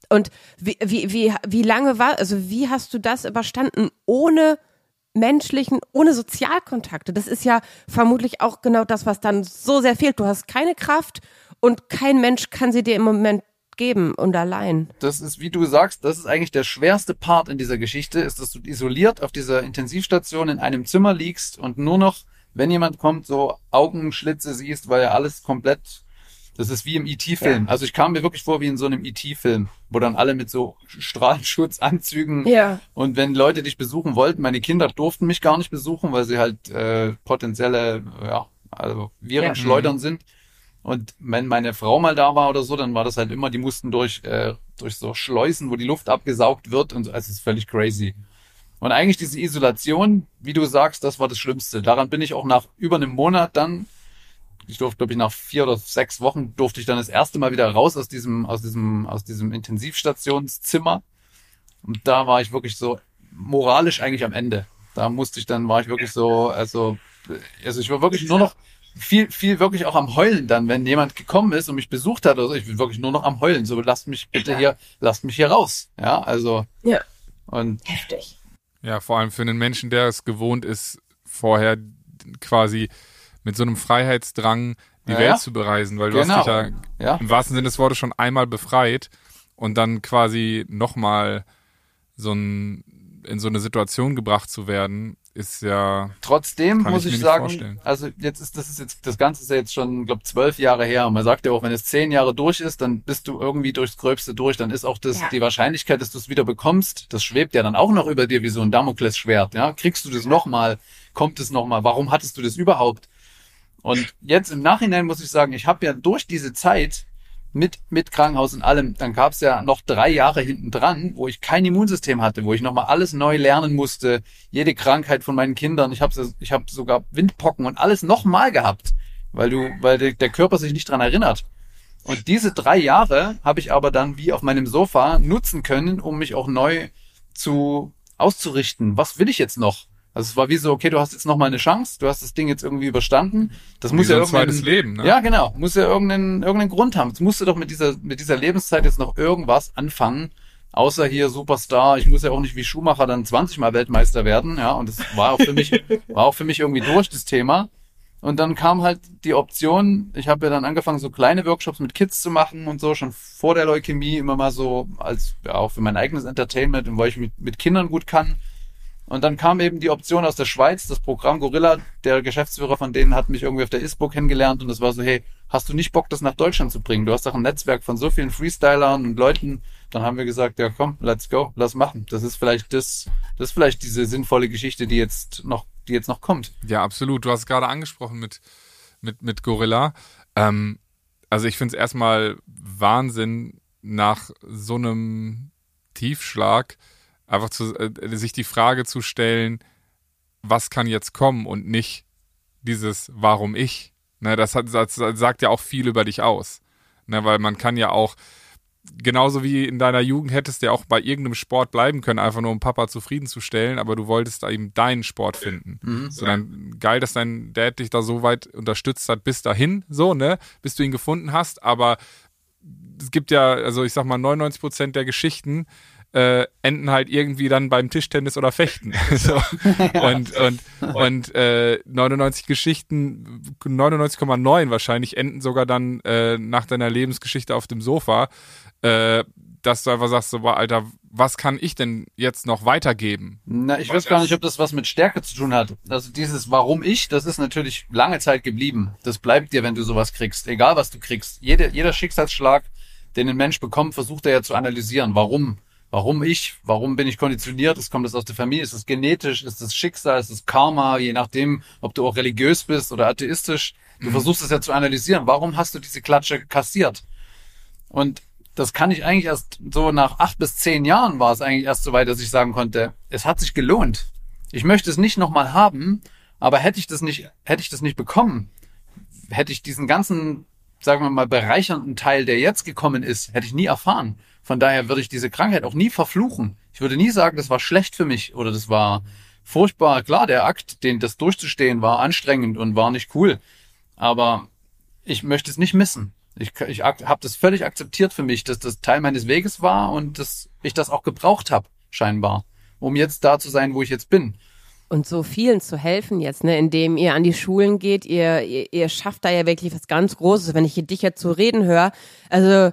Und wie lange wie hast du das überstanden ohne ohne Sozialkontakte? Das ist ja vermutlich auch genau das, was dann so sehr fehlt. Du hast keine Kraft und kein Mensch kann sie dir im Moment geben und allein. Das ist, wie du sagst, das ist eigentlich der schwerste Part in dieser Geschichte, ist, dass du isoliert auf dieser Intensivstation in einem Zimmer liegst und nur noch, wenn jemand kommt, so Augenschlitze siehst, weil ja alles komplett, das ist wie im E.T.-Film. Ja. Also ich kam mir wirklich vor wie in so einem E.T.-Film, wo dann alle mit so Strahlenschutzanzügen und wenn Leute dich besuchen wollten, meine Kinder durften mich gar nicht besuchen, weil sie halt potenzielle Virenschleudern sind. Und wenn meine Frau mal da war oder so, dann war das halt immer, die mussten durch so Schleusen, wo die Luft abgesaugt wird und so. Also es ist völlig crazy. Und eigentlich diese Isolation, wie du sagst, das war das Schlimmste. Daran bin ich auch nach über einem Monat dann, ich durfte, glaube ich, nach 4 oder 6 Wochen durfte ich dann das erste Mal wieder raus aus diesem Intensivstationszimmer. Und da war ich wirklich so moralisch eigentlich am Ende. War ich wirklich so, also ich war wirklich nur noch viel wirklich auch am Heulen dann, wenn jemand gekommen ist und mich besucht hat oder so. Ich bin wirklich nur noch am Heulen. So, lasst mich hier raus. Ja, also. Ja. Und heftig. Ja, vor allem für einen Menschen, der es gewohnt ist, vorher quasi mit so einem Freiheitsdrang die Welt zu bereisen, weil du hast dich ja im wahrsten Sinne des Wortes schon einmal befreit und dann quasi nochmal in so eine Situation gebracht zu werden, ist ja. Trotzdem muss ich sagen, also das Ganze ist ja jetzt schon, glaube 12 Jahre her. Und man sagt ja auch, wenn es 10 Jahre durch ist, dann bist du irgendwie durchs Gröbste durch. Dann ist auch die Wahrscheinlichkeit, dass du es wieder bekommst, das schwebt ja dann auch noch über dir wie so ein Damoklesschwert. Ja, kriegst du das nochmal? Kommt es nochmal? Warum hattest du das überhaupt? Und jetzt im Nachhinein muss ich sagen, ich habe ja durch diese Zeit mit Krankenhaus und allem, dann gab es ja noch 3 Jahre hinten dran, wo ich kein Immunsystem hatte, wo ich nochmal alles neu lernen musste, jede Krankheit von meinen Kindern, ich habe sogar Windpocken und alles nochmal gehabt, weil der Körper sich nicht dran erinnert. Und diese 3 Jahre habe ich aber dann wie auf meinem Sofa nutzen können, um mich auch neu auszurichten. Was will ich jetzt noch? Also es war wie so, okay, du hast jetzt noch mal eine Chance, du hast das Ding jetzt irgendwie überstanden. Das muss ja ein zweites Leben, ne? Ja, genau. Muss ja irgendeinen Grund haben. Jetzt musst du doch mit dieser Lebenszeit jetzt noch irgendwas anfangen, außer hier Superstar. Ich muss ja auch nicht wie Schumacher dann 20 Mal Weltmeister werden, ja. Und das war auch für mich irgendwie durch das Thema. Und dann kam halt die Option, ich habe ja dann angefangen, so kleine Workshops mit Kids zu machen und so, schon vor der Leukämie, immer mal so auch für mein eigenes Entertainment und weil ich mit Kindern gut kann. Und dann kam eben die Option aus der Schweiz, das Programm Gorilla, der Geschäftsführer von denen hat mich irgendwie auf der ISPO kennengelernt und das war so, hey, hast du nicht Bock, das nach Deutschland zu bringen? Du hast doch ein Netzwerk von so vielen Freestylern und Leuten. Dann haben wir gesagt, ja komm, let's go, lass machen. Das ist vielleicht diese sinnvolle Geschichte, die jetzt noch kommt. Ja, absolut. Du hast es gerade angesprochen mit Gorilla. Also ich finde es erstmal Wahnsinn, nach so einem Tiefschlag einfach sich die Frage zu stellen, was kann jetzt kommen und nicht dieses Warum ich. Ne, das sagt ja auch viel über dich aus. Ne, weil man kann ja auch, genauso wie in deiner Jugend hättest du ja auch bei irgendeinem Sport bleiben können, einfach nur um Papa zufriedenzustellen, aber du wolltest da eben deinen Sport finden. Mhm. So, dann geil, dass dein Dad dich da so weit unterstützt hat bis dahin, so, ne, bis du ihn gefunden hast, aber es gibt ja, also ich sag mal 99% der Geschichten enden halt irgendwie dann beim Tischtennis oder Fechten. So. Und 99 Geschichten, 99,9 wahrscheinlich enden sogar dann nach deiner Lebensgeschichte auf dem Sofa, dass du einfach sagst, so, Alter, was kann ich denn jetzt noch weitergeben? Na, ich weiß gar nicht, ob das was mit Stärke zu tun hat. Also dieses Warum ich, das ist natürlich lange Zeit geblieben. Das bleibt dir, wenn du sowas kriegst. Egal, was du kriegst. Jeder Schicksalsschlag, den ein Mensch bekommt, versucht er ja zu analysieren. Warum? Warum ich? Warum bin ich konditioniert? Kommt das aus der Familie? Ist es genetisch? Ist es Schicksal? Ist es Karma? Je nachdem, ob du auch religiös bist oder atheistisch. Du versuchst es ja zu analysieren. Warum hast du diese Klatsche kassiert? Und das kann ich eigentlich erst so nach 8 bis 10 Jahren war es eigentlich erst so weit, dass ich sagen konnte, es hat sich gelohnt. Ich möchte es nicht nochmal haben, aber hätte ich das nicht bekommen, hätte ich diesen ganzen, sagen wir mal, bereichernden Teil, der jetzt gekommen ist, hätte ich nie erfahren. Von daher würde ich diese Krankheit auch nie verfluchen. Ich würde nie sagen, das war schlecht für mich oder das war furchtbar. Klar, der Akt, das durchzustehen, war anstrengend und war nicht cool. Aber ich möchte es nicht missen. Ich habe das völlig akzeptiert für mich, dass das Teil meines Weges war und dass ich das auch gebraucht habe, scheinbar, um jetzt da zu sein, wo ich jetzt bin. Und so vielen zu helfen jetzt, ne, indem ihr an die Schulen geht, ihr schafft da ja wirklich was ganz Großes. Wenn ich dich jetzt so reden höre, also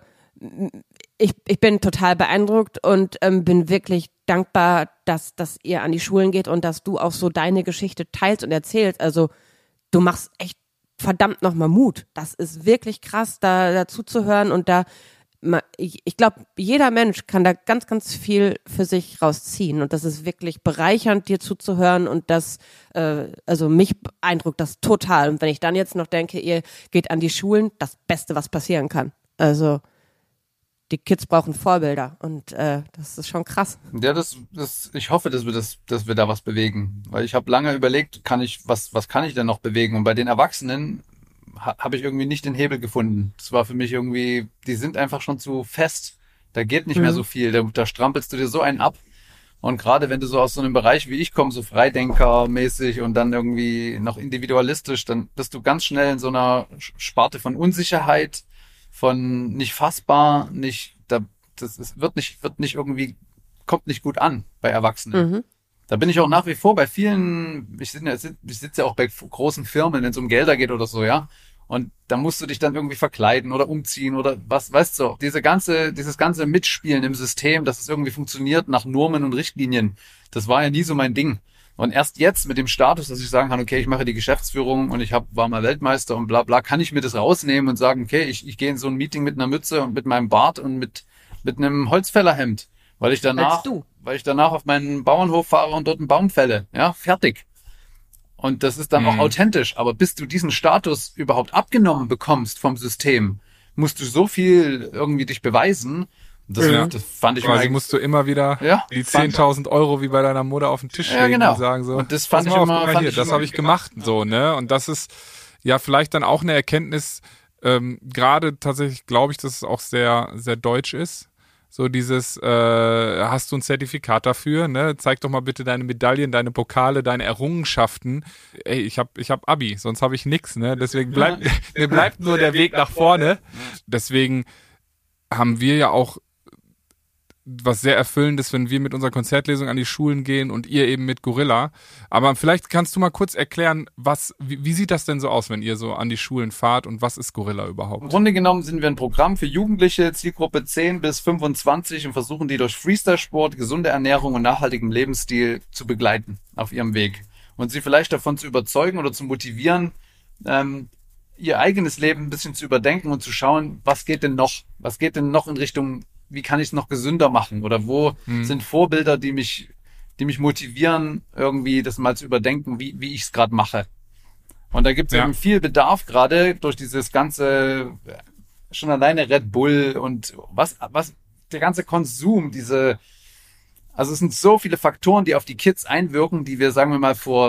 ich bin total beeindruckt und bin wirklich dankbar, dass ihr an die Schulen geht und dass du auch so deine Geschichte teilst und erzählst. Also du machst echt verdammt nochmal Mut. Das ist wirklich krass, da zuzuhören und ich glaube, jeder Mensch kann da ganz, ganz viel für sich rausziehen und das ist wirklich bereichernd, dir zuzuhören und das, also mich beeindruckt das total. Und wenn ich dann jetzt noch denke, ihr geht an die Schulen, das Beste, was passieren kann. Also die Kids brauchen Vorbilder und das ist schon krass. Ja, ich hoffe, dass wir da was bewegen, weil ich habe lange überlegt, was kann ich denn noch bewegen? Und bei den Erwachsenen habe ich irgendwie nicht den Hebel gefunden. Das war für mich irgendwie, die sind einfach schon zu fest. Da geht nicht mehr so viel. Da strampelst du dir so einen ab. Und gerade wenn du so aus so einem Bereich wie ich komme, so Freidenker-mäßig und dann irgendwie noch individualistisch, dann bist du ganz schnell in so einer Sparte von Unsicherheit, von nicht fassbar, wird nicht irgendwie, kommt nicht gut an bei Erwachsenen. Mhm. Da bin ich auch nach wie vor bei vielen, ich sitze ja auch bei großen Firmen, wenn es um Gelder geht oder so, ja. Und da musst du dich dann irgendwie verkleiden oder umziehen oder was, weißt du, dieses ganze Mitspielen im System, dass es irgendwie funktioniert nach Normen und Richtlinien, das war ja nie so mein Ding. Und erst jetzt mit dem Status, dass ich sagen kann, okay, ich mache die Geschäftsführung und war mal Weltmeister und bla bla, kann ich mir das rausnehmen und sagen, okay, ich gehe in so ein Meeting mit einer Mütze und mit meinem Bart und mit einem Holzfällerhemd. Weil ich danach auf meinen Bauernhof fahre und dort einen Baum fälle. Ja, fertig. Und das ist dann auch authentisch. Aber bis du diesen Status überhaupt abgenommen bekommst vom System, musst du so viel irgendwie dich beweisen. Das fand ich quasi musst du immer wieder die 10.000 Euro wie bei deiner Mutter auf den Tisch legen und sagen so. Und das fand ich immer, das habe ich gemacht, so, ne? Und das ist ja vielleicht dann auch eine Erkenntnis, gerade tatsächlich glaube ich, dass es auch sehr, sehr deutsch ist. So dieses, hast du ein Zertifikat dafür, ne? Zeig doch mal bitte deine Medaillen, deine Pokale, deine Errungenschaften. Ey, ich hab Abi, sonst habe ich nix, ne? Deswegen mir bleibt nur der Weg nach vorne. Deswegen haben wir ja auch was sehr Erfüllendes, wenn wir mit unserer Konzertlesung an die Schulen gehen und ihr eben mit Gorilla. Aber vielleicht kannst du mal kurz erklären, wie sieht das denn so aus, wenn ihr so an die Schulen fahrt und was ist Gorilla überhaupt? Im Grunde genommen sind wir ein Programm für Jugendliche, Zielgruppe 10 bis 25 und versuchen die durch Freestyle-Sport, gesunde Ernährung und nachhaltigem Lebensstil zu begleiten auf ihrem Weg. Und sie vielleicht davon zu überzeugen oder zu motivieren, ihr eigenes Leben ein bisschen zu überdenken und zu schauen, was geht denn noch in Richtung, wie kann ich es noch gesünder machen oder wo sind Vorbilder, die mich motivieren, irgendwie das mal zu überdenken, wie ich es gerade mache. Und da gibt es eben viel Bedarf, gerade durch dieses ganze, schon alleine Red Bull und was der ganze Konsum, also es sind so viele Faktoren, die auf die Kids einwirken, die wir, sagen wir mal, vor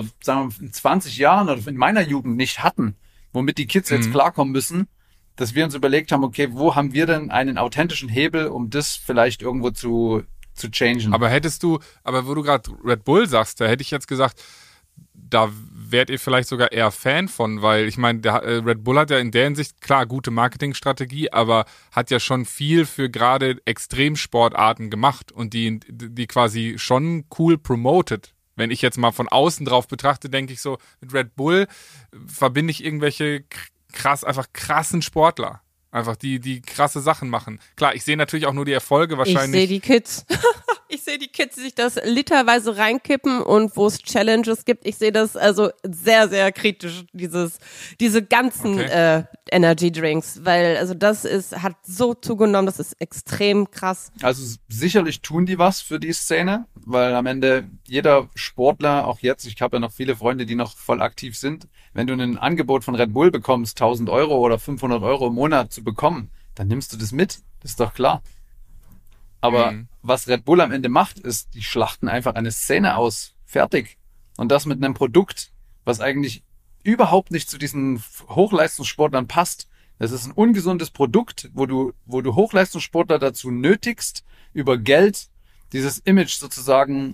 20 Jahren oder in meiner Jugend nicht hatten, womit die Kids jetzt klarkommen müssen, dass wir uns überlegt haben, okay, wo haben wir denn einen authentischen Hebel, um das vielleicht irgendwo zu changen. Aber wo du gerade Red Bull sagst, da hätte ich jetzt gesagt, da wärt ihr vielleicht sogar eher Fan von, weil ich meine, Red Bull hat ja in der Hinsicht, klar, gute Marketingstrategie, aber hat ja schon viel für gerade Extremsportarten gemacht und die quasi schon cool promoted. Wenn ich jetzt mal von außen drauf betrachte, denke ich so, mit Red Bull verbinde ich irgendwelche krassen Sportler. Einfach die krasse Sachen machen. Klar, ich sehe natürlich auch nur die Erfolge wahrscheinlich. Ich sehe die Kids. Ich sehe die Kids, die sich das literweise reinkippen und wo es Challenges gibt. Ich sehe das also sehr, sehr kritisch, diese ganzen Energy Drinks, weil also hat so zugenommen, das ist extrem krass. Also sicherlich tun die was für die Szene, weil am Ende jeder Sportler, auch jetzt, ich habe ja noch viele Freunde, die noch voll aktiv sind, wenn du ein Angebot von Red Bull bekommst, 1.000 Euro oder 500 Euro im Monat zu bekommen, dann nimmst du das mit, das ist doch klar. Aber was Red Bull am Ende macht, ist, die schlachten einfach eine Szene aus. Fertig. Und das mit einem Produkt, was eigentlich überhaupt nicht zu diesen Hochleistungssportlern passt. Das ist ein ungesundes Produkt, wo du Hochleistungssportler dazu nötigst, über Geld dieses Image sozusagen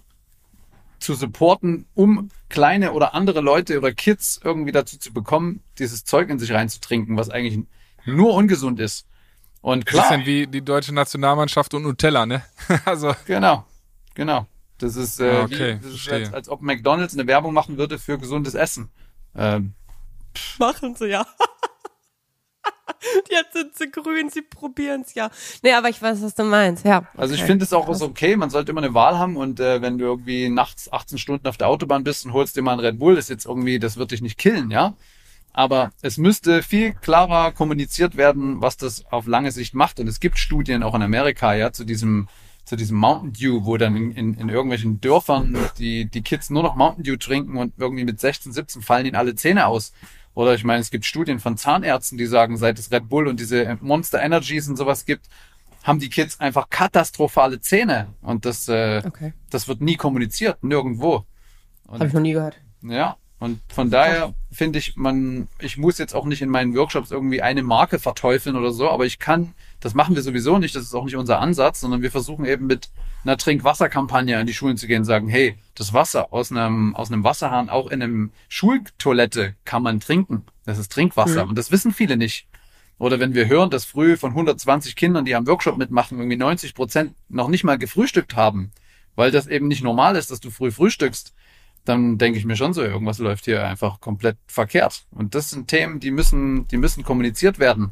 zu supporten, um kleine oder andere Leute oder Kids irgendwie dazu zu bekommen, dieses Zeug in sich reinzutrinken, was eigentlich nur ungesund ist. Und klar. Bisschen wie die deutsche Nationalmannschaft und Nutella, ne? Also. Genau. Das ist, als ob McDonald's eine Werbung machen würde für gesundes Essen. Machen sie ja. Jetzt sind sie grün, sie probieren es ja. Nee, aber ich weiß, was du meinst, ja. Okay. Also ich finde es auch okay, man sollte immer eine Wahl haben und wenn du irgendwie nachts 18 Stunden auf der Autobahn bist und holst dir mal einen Red Bull, das wird dich nicht killen, ja. Aber es müsste viel klarer kommuniziert werden, was das auf lange Sicht macht. Und es gibt Studien auch in Amerika, ja, zu diesem Mountain Dew, wo dann in irgendwelchen Dörfern die Kids nur noch Mountain Dew trinken und irgendwie mit 16, 17 fallen ihnen alle Zähne aus. Oder ich meine, es gibt Studien von Zahnärzten, die sagen, seit es Red Bull und diese Monster Energies und sowas gibt, haben die Kids einfach katastrophale Zähne. Und das wird nie kommuniziert, nirgendwo. Habe ich noch nie gehört. Ja. Und von daher finde ich, ich muss jetzt auch nicht in meinen Workshops irgendwie eine Marke verteufeln oder so, aber das machen wir sowieso nicht, das ist auch nicht unser Ansatz, sondern wir versuchen eben mit einer Trinkwasserkampagne an die Schulen zu gehen und sagen, hey, das Wasser aus einem Wasserhahn, auch in einem Schultoilette kann man trinken. Das ist Trinkwasser. Und das wissen viele nicht. Oder wenn wir hören, dass früh von 120 Kindern, die am Workshop mitmachen, irgendwie 90% noch nicht mal gefrühstückt haben, weil das eben nicht normal ist, dass du früh frühstückst, dann denke ich mir schon so, irgendwas läuft hier einfach komplett verkehrt. Und das sind Themen, die müssen kommuniziert werden.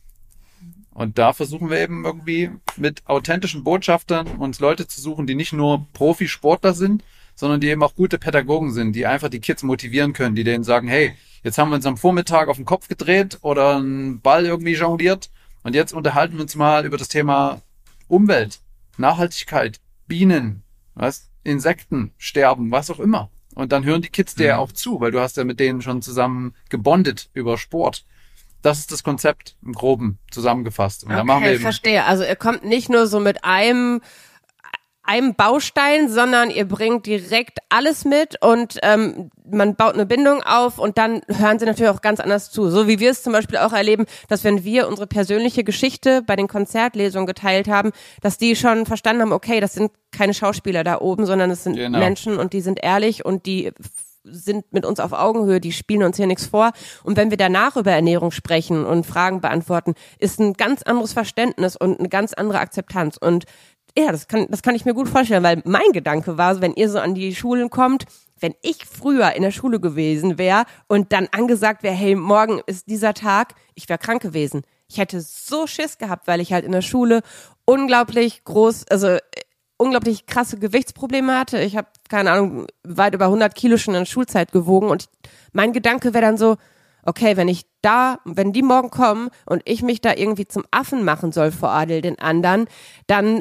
Und da versuchen wir eben irgendwie mit authentischen Botschaftern uns Leute zu suchen, die nicht nur Profisportler sind, sondern die eben auch gute Pädagogen sind, die einfach die Kids motivieren können, die denen sagen, hey, jetzt haben wir uns am Vormittag auf den Kopf gedreht oder einen Ball irgendwie jongliert und jetzt unterhalten wir uns mal über das Thema Umwelt, Nachhaltigkeit, Bienen, Insekten, Sterben, was auch immer. Und dann hören die Kids dir ja auch zu, weil du hast ja mit denen schon zusammen gebondet über Sport. Das ist das Konzept im Groben zusammengefasst. Und okay, da machen wir eben, verstehe. Also ihr kommt nicht nur so mit einem Baustein, sondern ihr bringt direkt alles mit und man baut eine Bindung auf und dann hören sie natürlich auch ganz anders zu. So wie wir es zum Beispiel auch erleben, dass wenn wir unsere persönliche Geschichte bei den Konzertlesungen geteilt haben, dass die schon verstanden haben, okay, das sind keine Schauspieler da oben, sondern es sind Menschen und die sind ehrlich und die sind mit uns auf Augenhöhe, die spielen uns hier nichts vor. Und wenn wir danach über Ernährung sprechen und Fragen beantworten, ist ein ganz anderes Verständnis und eine ganz andere Akzeptanz. Und ja, das kann ich mir gut vorstellen, weil mein Gedanke war, wenn ihr so an die Schulen kommt, wenn ich früher in der Schule gewesen wäre und dann angesagt wäre, hey, morgen ist dieser Tag, ich wäre krank gewesen. Ich hätte so Schiss gehabt, weil ich halt in der Schule unglaublich krasse Gewichtsprobleme hatte. Ich habe, keine Ahnung, weit über 100 Kilo schon in der Schulzeit gewogen und mein Gedanke wäre dann so, okay, wenn die morgen kommen und ich mich da irgendwie zum Affen machen soll vor all den anderen, dann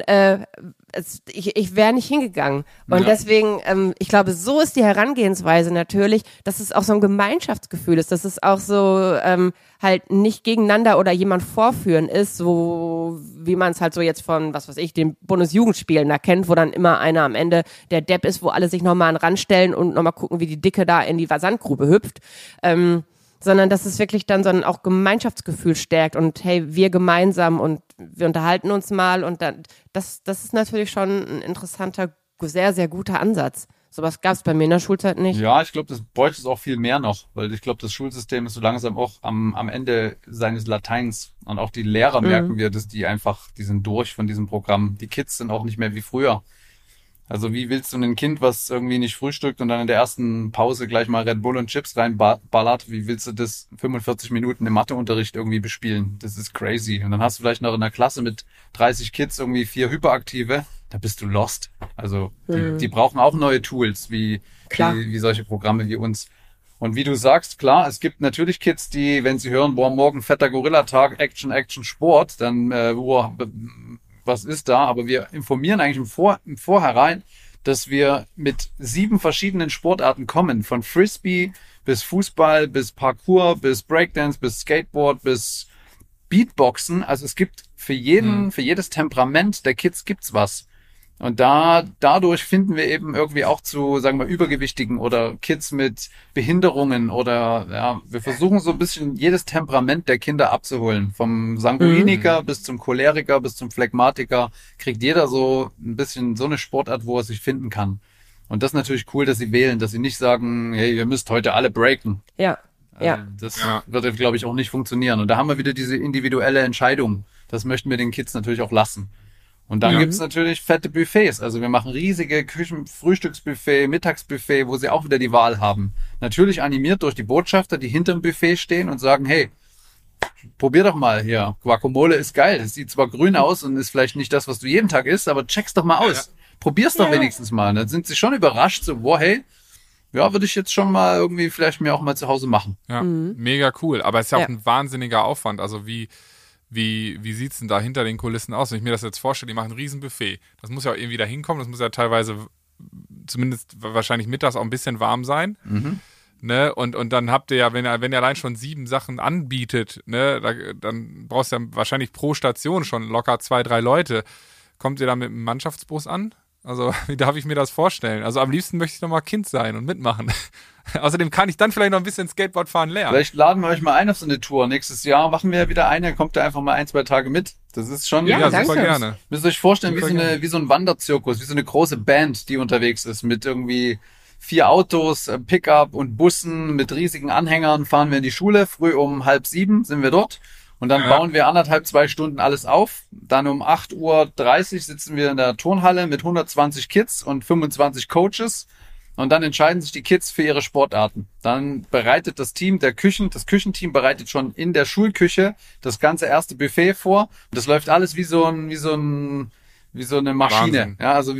ich wäre nicht hingegangen. Und deswegen, ich glaube, so ist die Herangehensweise natürlich, dass es auch so ein Gemeinschaftsgefühl ist, dass es auch so halt nicht gegeneinander oder jemand vorführen ist, so wie man es halt so jetzt von, was weiß ich, den Bundesjugendspielen da kennt, wo dann immer einer am Ende der Depp ist, wo alle sich nochmal an den Rand stellen und nochmal gucken, wie die Dicke da in die Sandgrube hüpft. Sondern dass es wirklich dann so ein auch Gemeinschaftsgefühl stärkt und hey, wir gemeinsam und wir unterhalten uns mal und dann, das ist natürlich schon ein interessanter, sehr, sehr guter Ansatz. Sowas gab es bei mir in der Schulzeit nicht. Ja, ich glaube, das bräuchte es auch viel mehr noch, weil ich glaube, das Schulsystem ist so langsam auch am Ende seines Lateins und auch die Lehrer merken wir, dass die sind durch von diesem Programm. Die Kids sind auch nicht mehr wie früher. Also wie willst du ein Kind, was irgendwie nicht frühstückt und dann in der ersten Pause gleich mal Red Bull und Chips reinballert, wie willst du das 45 Minuten im Matheunterricht irgendwie bespielen? Das ist crazy. Und dann hast du vielleicht noch in einer Klasse mit 30 Kids irgendwie 4 Hyperaktive, da bist du lost. Also die brauchen auch neue Tools, wie solche Programme wie uns. Und wie du sagst, klar, es gibt natürlich Kids, die, wenn sie hören, boah, morgen fetter Gorilla-Tag, Action, Sport, dann was ist da? Aber wir informieren eigentlich im Vorhinein, dass wir mit 7 verschiedenen Sportarten kommen. Von Frisbee bis Fußball, bis Parkour, bis Breakdance, bis Skateboard, bis Beatboxen. Also es gibt für jedes Temperament der Kids gibt's was. Und dadurch finden wir eben irgendwie auch zu, sagen wir, Übergewichtigen oder Kids mit Behinderungen oder, wir versuchen so ein bisschen jedes Temperament der Kinder abzuholen. Vom Sanguiniker bis zum Choleriker bis zum Phlegmatiker kriegt jeder so ein bisschen so eine Sportart, wo er sich finden kann. Und das ist natürlich cool, dass sie wählen, dass sie nicht sagen, hey, ihr müsst heute alle breaken. Ja. Das wird, glaube ich, auch nicht funktionieren. Und da haben wir wieder diese individuelle Entscheidung. Das möchten wir den Kids natürlich auch lassen. Und dann gibt's natürlich fette Buffets. Also wir machen riesige Frühstücksbuffet, Mittagsbuffet, wo sie auch wieder die Wahl haben. Natürlich animiert durch die Botschafter, die hinterm Buffet stehen und sagen, hey, probier doch mal hier. Guacamole ist geil. Das sieht zwar grün aus und ist vielleicht nicht das, was du jeden Tag isst, aber check's doch mal aus. Probier's doch wenigstens mal. Und dann sind sie schon überrascht, so, wow, hey, ja, würde ich jetzt schon mal irgendwie vielleicht mir auch mal zu Hause machen. Ja, mega cool. Aber es ist ja auch ein wahnsinniger Aufwand. Also wie sieht's denn da hinter den Kulissen aus? Wenn ich mir das jetzt vorstelle, die machen ein Riesenbuffet. Das muss ja auch irgendwie da hinkommen. Das muss ja teilweise, zumindest wahrscheinlich mittags auch ein bisschen warm sein. Ne? Und dann habt ihr ja, wenn ihr allein schon 7 Sachen anbietet, ne, dann brauchst du ja wahrscheinlich pro Station schon locker 2, 3 Leute. Kommt ihr da mit einem Mannschaftsbus an? Also, wie darf ich mir das vorstellen? Also, am liebsten möchte ich noch mal Kind sein und mitmachen. Außerdem kann ich dann vielleicht noch ein bisschen Skateboard fahren lernen. Vielleicht laden wir euch mal ein auf so eine Tour. Nächstes Jahr machen wir ja wieder eine, kommt da einfach mal 1, 2 Tage mit. Das ist schon... Ja, super gerne. Müsst ihr euch vorstellen, wie so ein Wanderzirkus, wie so eine große Band, die unterwegs ist, mit irgendwie 4 Autos, Pickup und Bussen, mit riesigen Anhängern fahren wir in die Schule. Früh um 6:30 sind wir dort. Und dann bauen wir 1,5, 2 Stunden alles auf. Dann um 8:30 Uhr sitzen wir in der Turnhalle mit 120 Kids und 25 Coaches. Und dann entscheiden sich die Kids für ihre Sportarten. Dann bereitet das Küchenteam bereitet schon in der Schulküche das ganze erste Buffet vor. Und das läuft alles wie so eine Maschine. Wahnsinn. Ja, also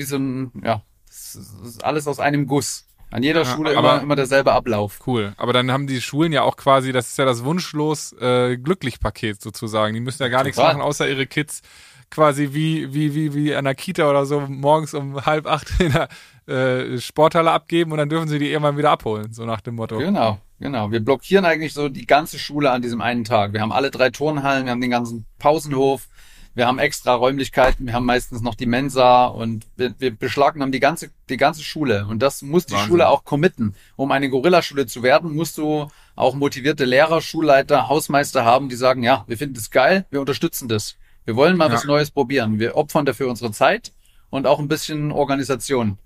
das ist alles aus einem Guss. An jeder Schule immer derselbe Ablauf. Cool. Aber dann haben die Schulen ja auch quasi, das ist ja das wunschlos Glücklich-Paket sozusagen. Die müssen ja gar nichts machen, außer ihre Kids quasi wie an der Kita oder so morgens um 7:30 in der Sporthalle abgeben und dann dürfen sie die irgendwann wieder abholen, so nach dem Motto. Genau. Wir blockieren eigentlich so die ganze Schule an diesem einen Tag. Wir haben alle 3 Turnhallen, wir haben den ganzen Pausenhof, wir haben extra Räumlichkeiten, wir haben meistens noch die Mensa und wir beschlagnahmen die ganze Schule. Und das muss die Schule auch committen. Um eine Gorilla-Schule zu werden, musst du auch motivierte Lehrer, Schulleiter, Hausmeister haben, die sagen, ja, wir finden das geil, wir unterstützen das. Wir wollen mal was Neues probieren. Wir opfern dafür unsere Zeit und auch ein bisschen Organisation.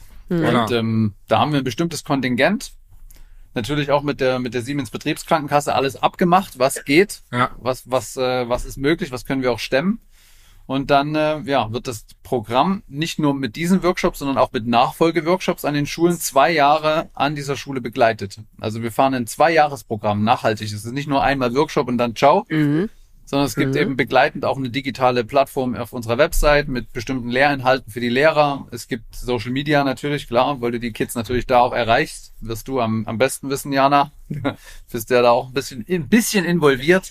Und da haben wir ein bestimmtes Kontingent. Natürlich auch mit der Siemens Betriebskrankenkasse alles abgemacht, was geht, was ist möglich, was können wir auch stemmen. Und dann wird das Programm nicht nur mit diesen Workshops, sondern auch mit Nachfolgeworkshops an den Schulen 2 Jahre an dieser Schule begleitet. Also wir fahren ein 2-Jahres-Programm nachhaltig. Es ist nicht nur einmal Workshop und dann ciao, sondern es gibt eben begleitend auch eine digitale Plattform auf unserer Website mit bestimmten Lehrinhalten für die Lehrer. Es gibt Social Media natürlich, klar, weil du die Kids natürlich da auch erreichst. Wirst du am besten wissen, Jana. Bist ja da auch ein bisschen involviert.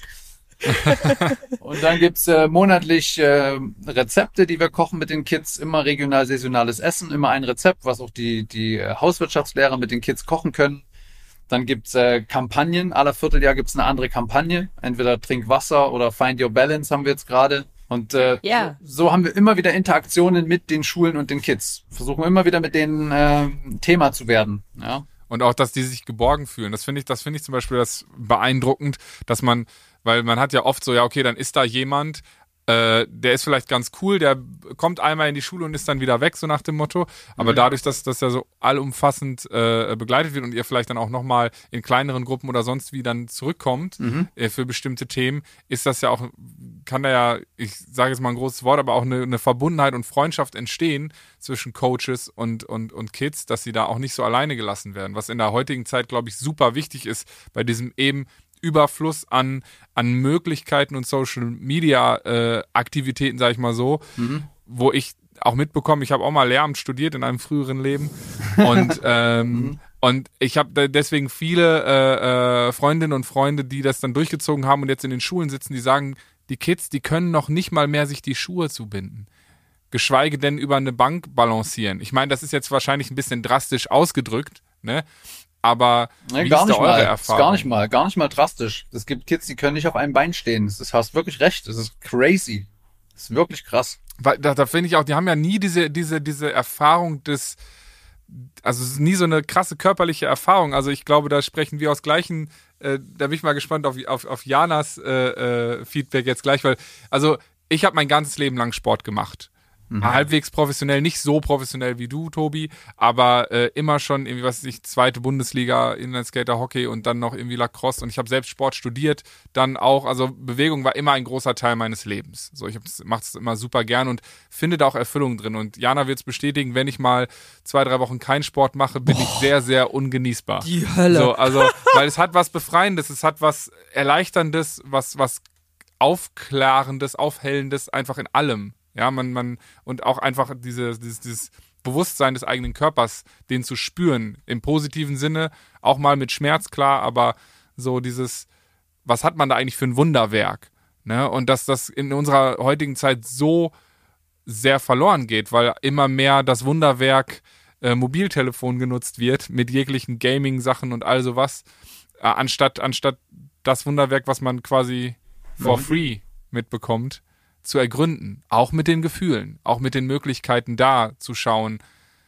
Und dann gibt's monatlich Rezepte, die wir kochen mit den Kids. Immer regional saisonales Essen, immer ein Rezept, was auch die Hauswirtschaftslehrer mit den Kids kochen können. Dann gibt's Kampagnen. Aller Vierteljahr gibt's eine andere Kampagne. Entweder Trink Wasser oder Find Your Balance haben wir jetzt gerade. Und so haben wir immer wieder Interaktionen mit den Schulen und den Kids. Versuchen immer wieder mit denen Thema zu werden. Ja. Und auch, dass die sich geborgen fühlen. Das finde ich zum Beispiel das beeindruckend, dass weil man hat ja oft so, ja okay, dann ist da jemand, der ist vielleicht ganz cool, der kommt einmal in die Schule und ist dann wieder weg, so nach dem Motto. Aber dadurch, dass das ja so allumfassend begleitet wird und ihr vielleicht dann auch nochmal in kleineren Gruppen oder sonst wie dann zurückkommt für bestimmte Themen, ist das ja auch, kann da ja, ich sage jetzt mal ein großes Wort, aber auch eine Verbundenheit und Freundschaft entstehen zwischen Coaches und Kids, dass sie da auch nicht so alleine gelassen werden. Was in der heutigen Zeit, glaube ich, super wichtig ist, bei diesem eben Überfluss an Möglichkeiten und Social-Media-Aktivitäten, sage ich mal so, wo ich auch mitbekomme, ich habe auch mal Lehramt studiert in einem früheren Leben und und ich habe deswegen viele Freundinnen und Freunde, die das dann durchgezogen haben und jetzt in den Schulen sitzen, die sagen, die Kids, die können noch nicht mal mehr sich die Schuhe zubinden. Geschweige denn über eine Bank balancieren. Ich meine, das ist jetzt wahrscheinlich ein bisschen drastisch ausgedrückt, ne? Aber wie ist da eure Erfahrung? Ist gar nicht mal drastisch. Es gibt Kids, die können nicht auf einem Bein stehen. Das hast wirklich recht. Das ist crazy. Das ist wirklich krass. Weil da finde ich auch, die haben ja nie diese Erfahrung also es ist nie so eine krasse körperliche Erfahrung. Also ich glaube, da sprechen wir aus gleichen, da bin ich mal gespannt auf Janas Feedback jetzt gleich, weil, also ich habe mein ganzes Leben lang Sport gemacht. halbwegs professionell, nicht so professionell wie du, Tobi, aber immer schon irgendwie, was weiß ich, zweite Bundesliga, Inlineskater, Hockey und dann noch irgendwie Lacrosse und ich habe selbst Sport studiert, dann auch, also Bewegung war immer ein großer Teil meines Lebens. So, ich mache es immer super gern und finde da auch Erfüllung drin und Jana wird es bestätigen, wenn ich mal 2-3 Wochen keinen Sport mache, bin ich sehr, sehr ungenießbar. Die Hölle. So, also, weil es hat was Befreiendes, es hat was Erleichterndes, was Aufklarendes, Aufhellendes, einfach in allem. Ja, man und auch einfach dieses Bewusstsein des eigenen Körpers, den zu spüren, im positiven Sinne, auch mal mit Schmerz, klar, aber so dieses, was hat man da eigentlich für ein Wunderwerk? Ne? Und dass das in unserer heutigen Zeit so sehr verloren geht, weil immer mehr das Wunderwerk Mobiltelefon genutzt wird, mit jeglichen Gaming-Sachen und all sowas, anstatt das Wunderwerk, was man quasi for free mitbekommt, zu ergründen, auch mit den Gefühlen, auch mit den Möglichkeiten da zu schauen,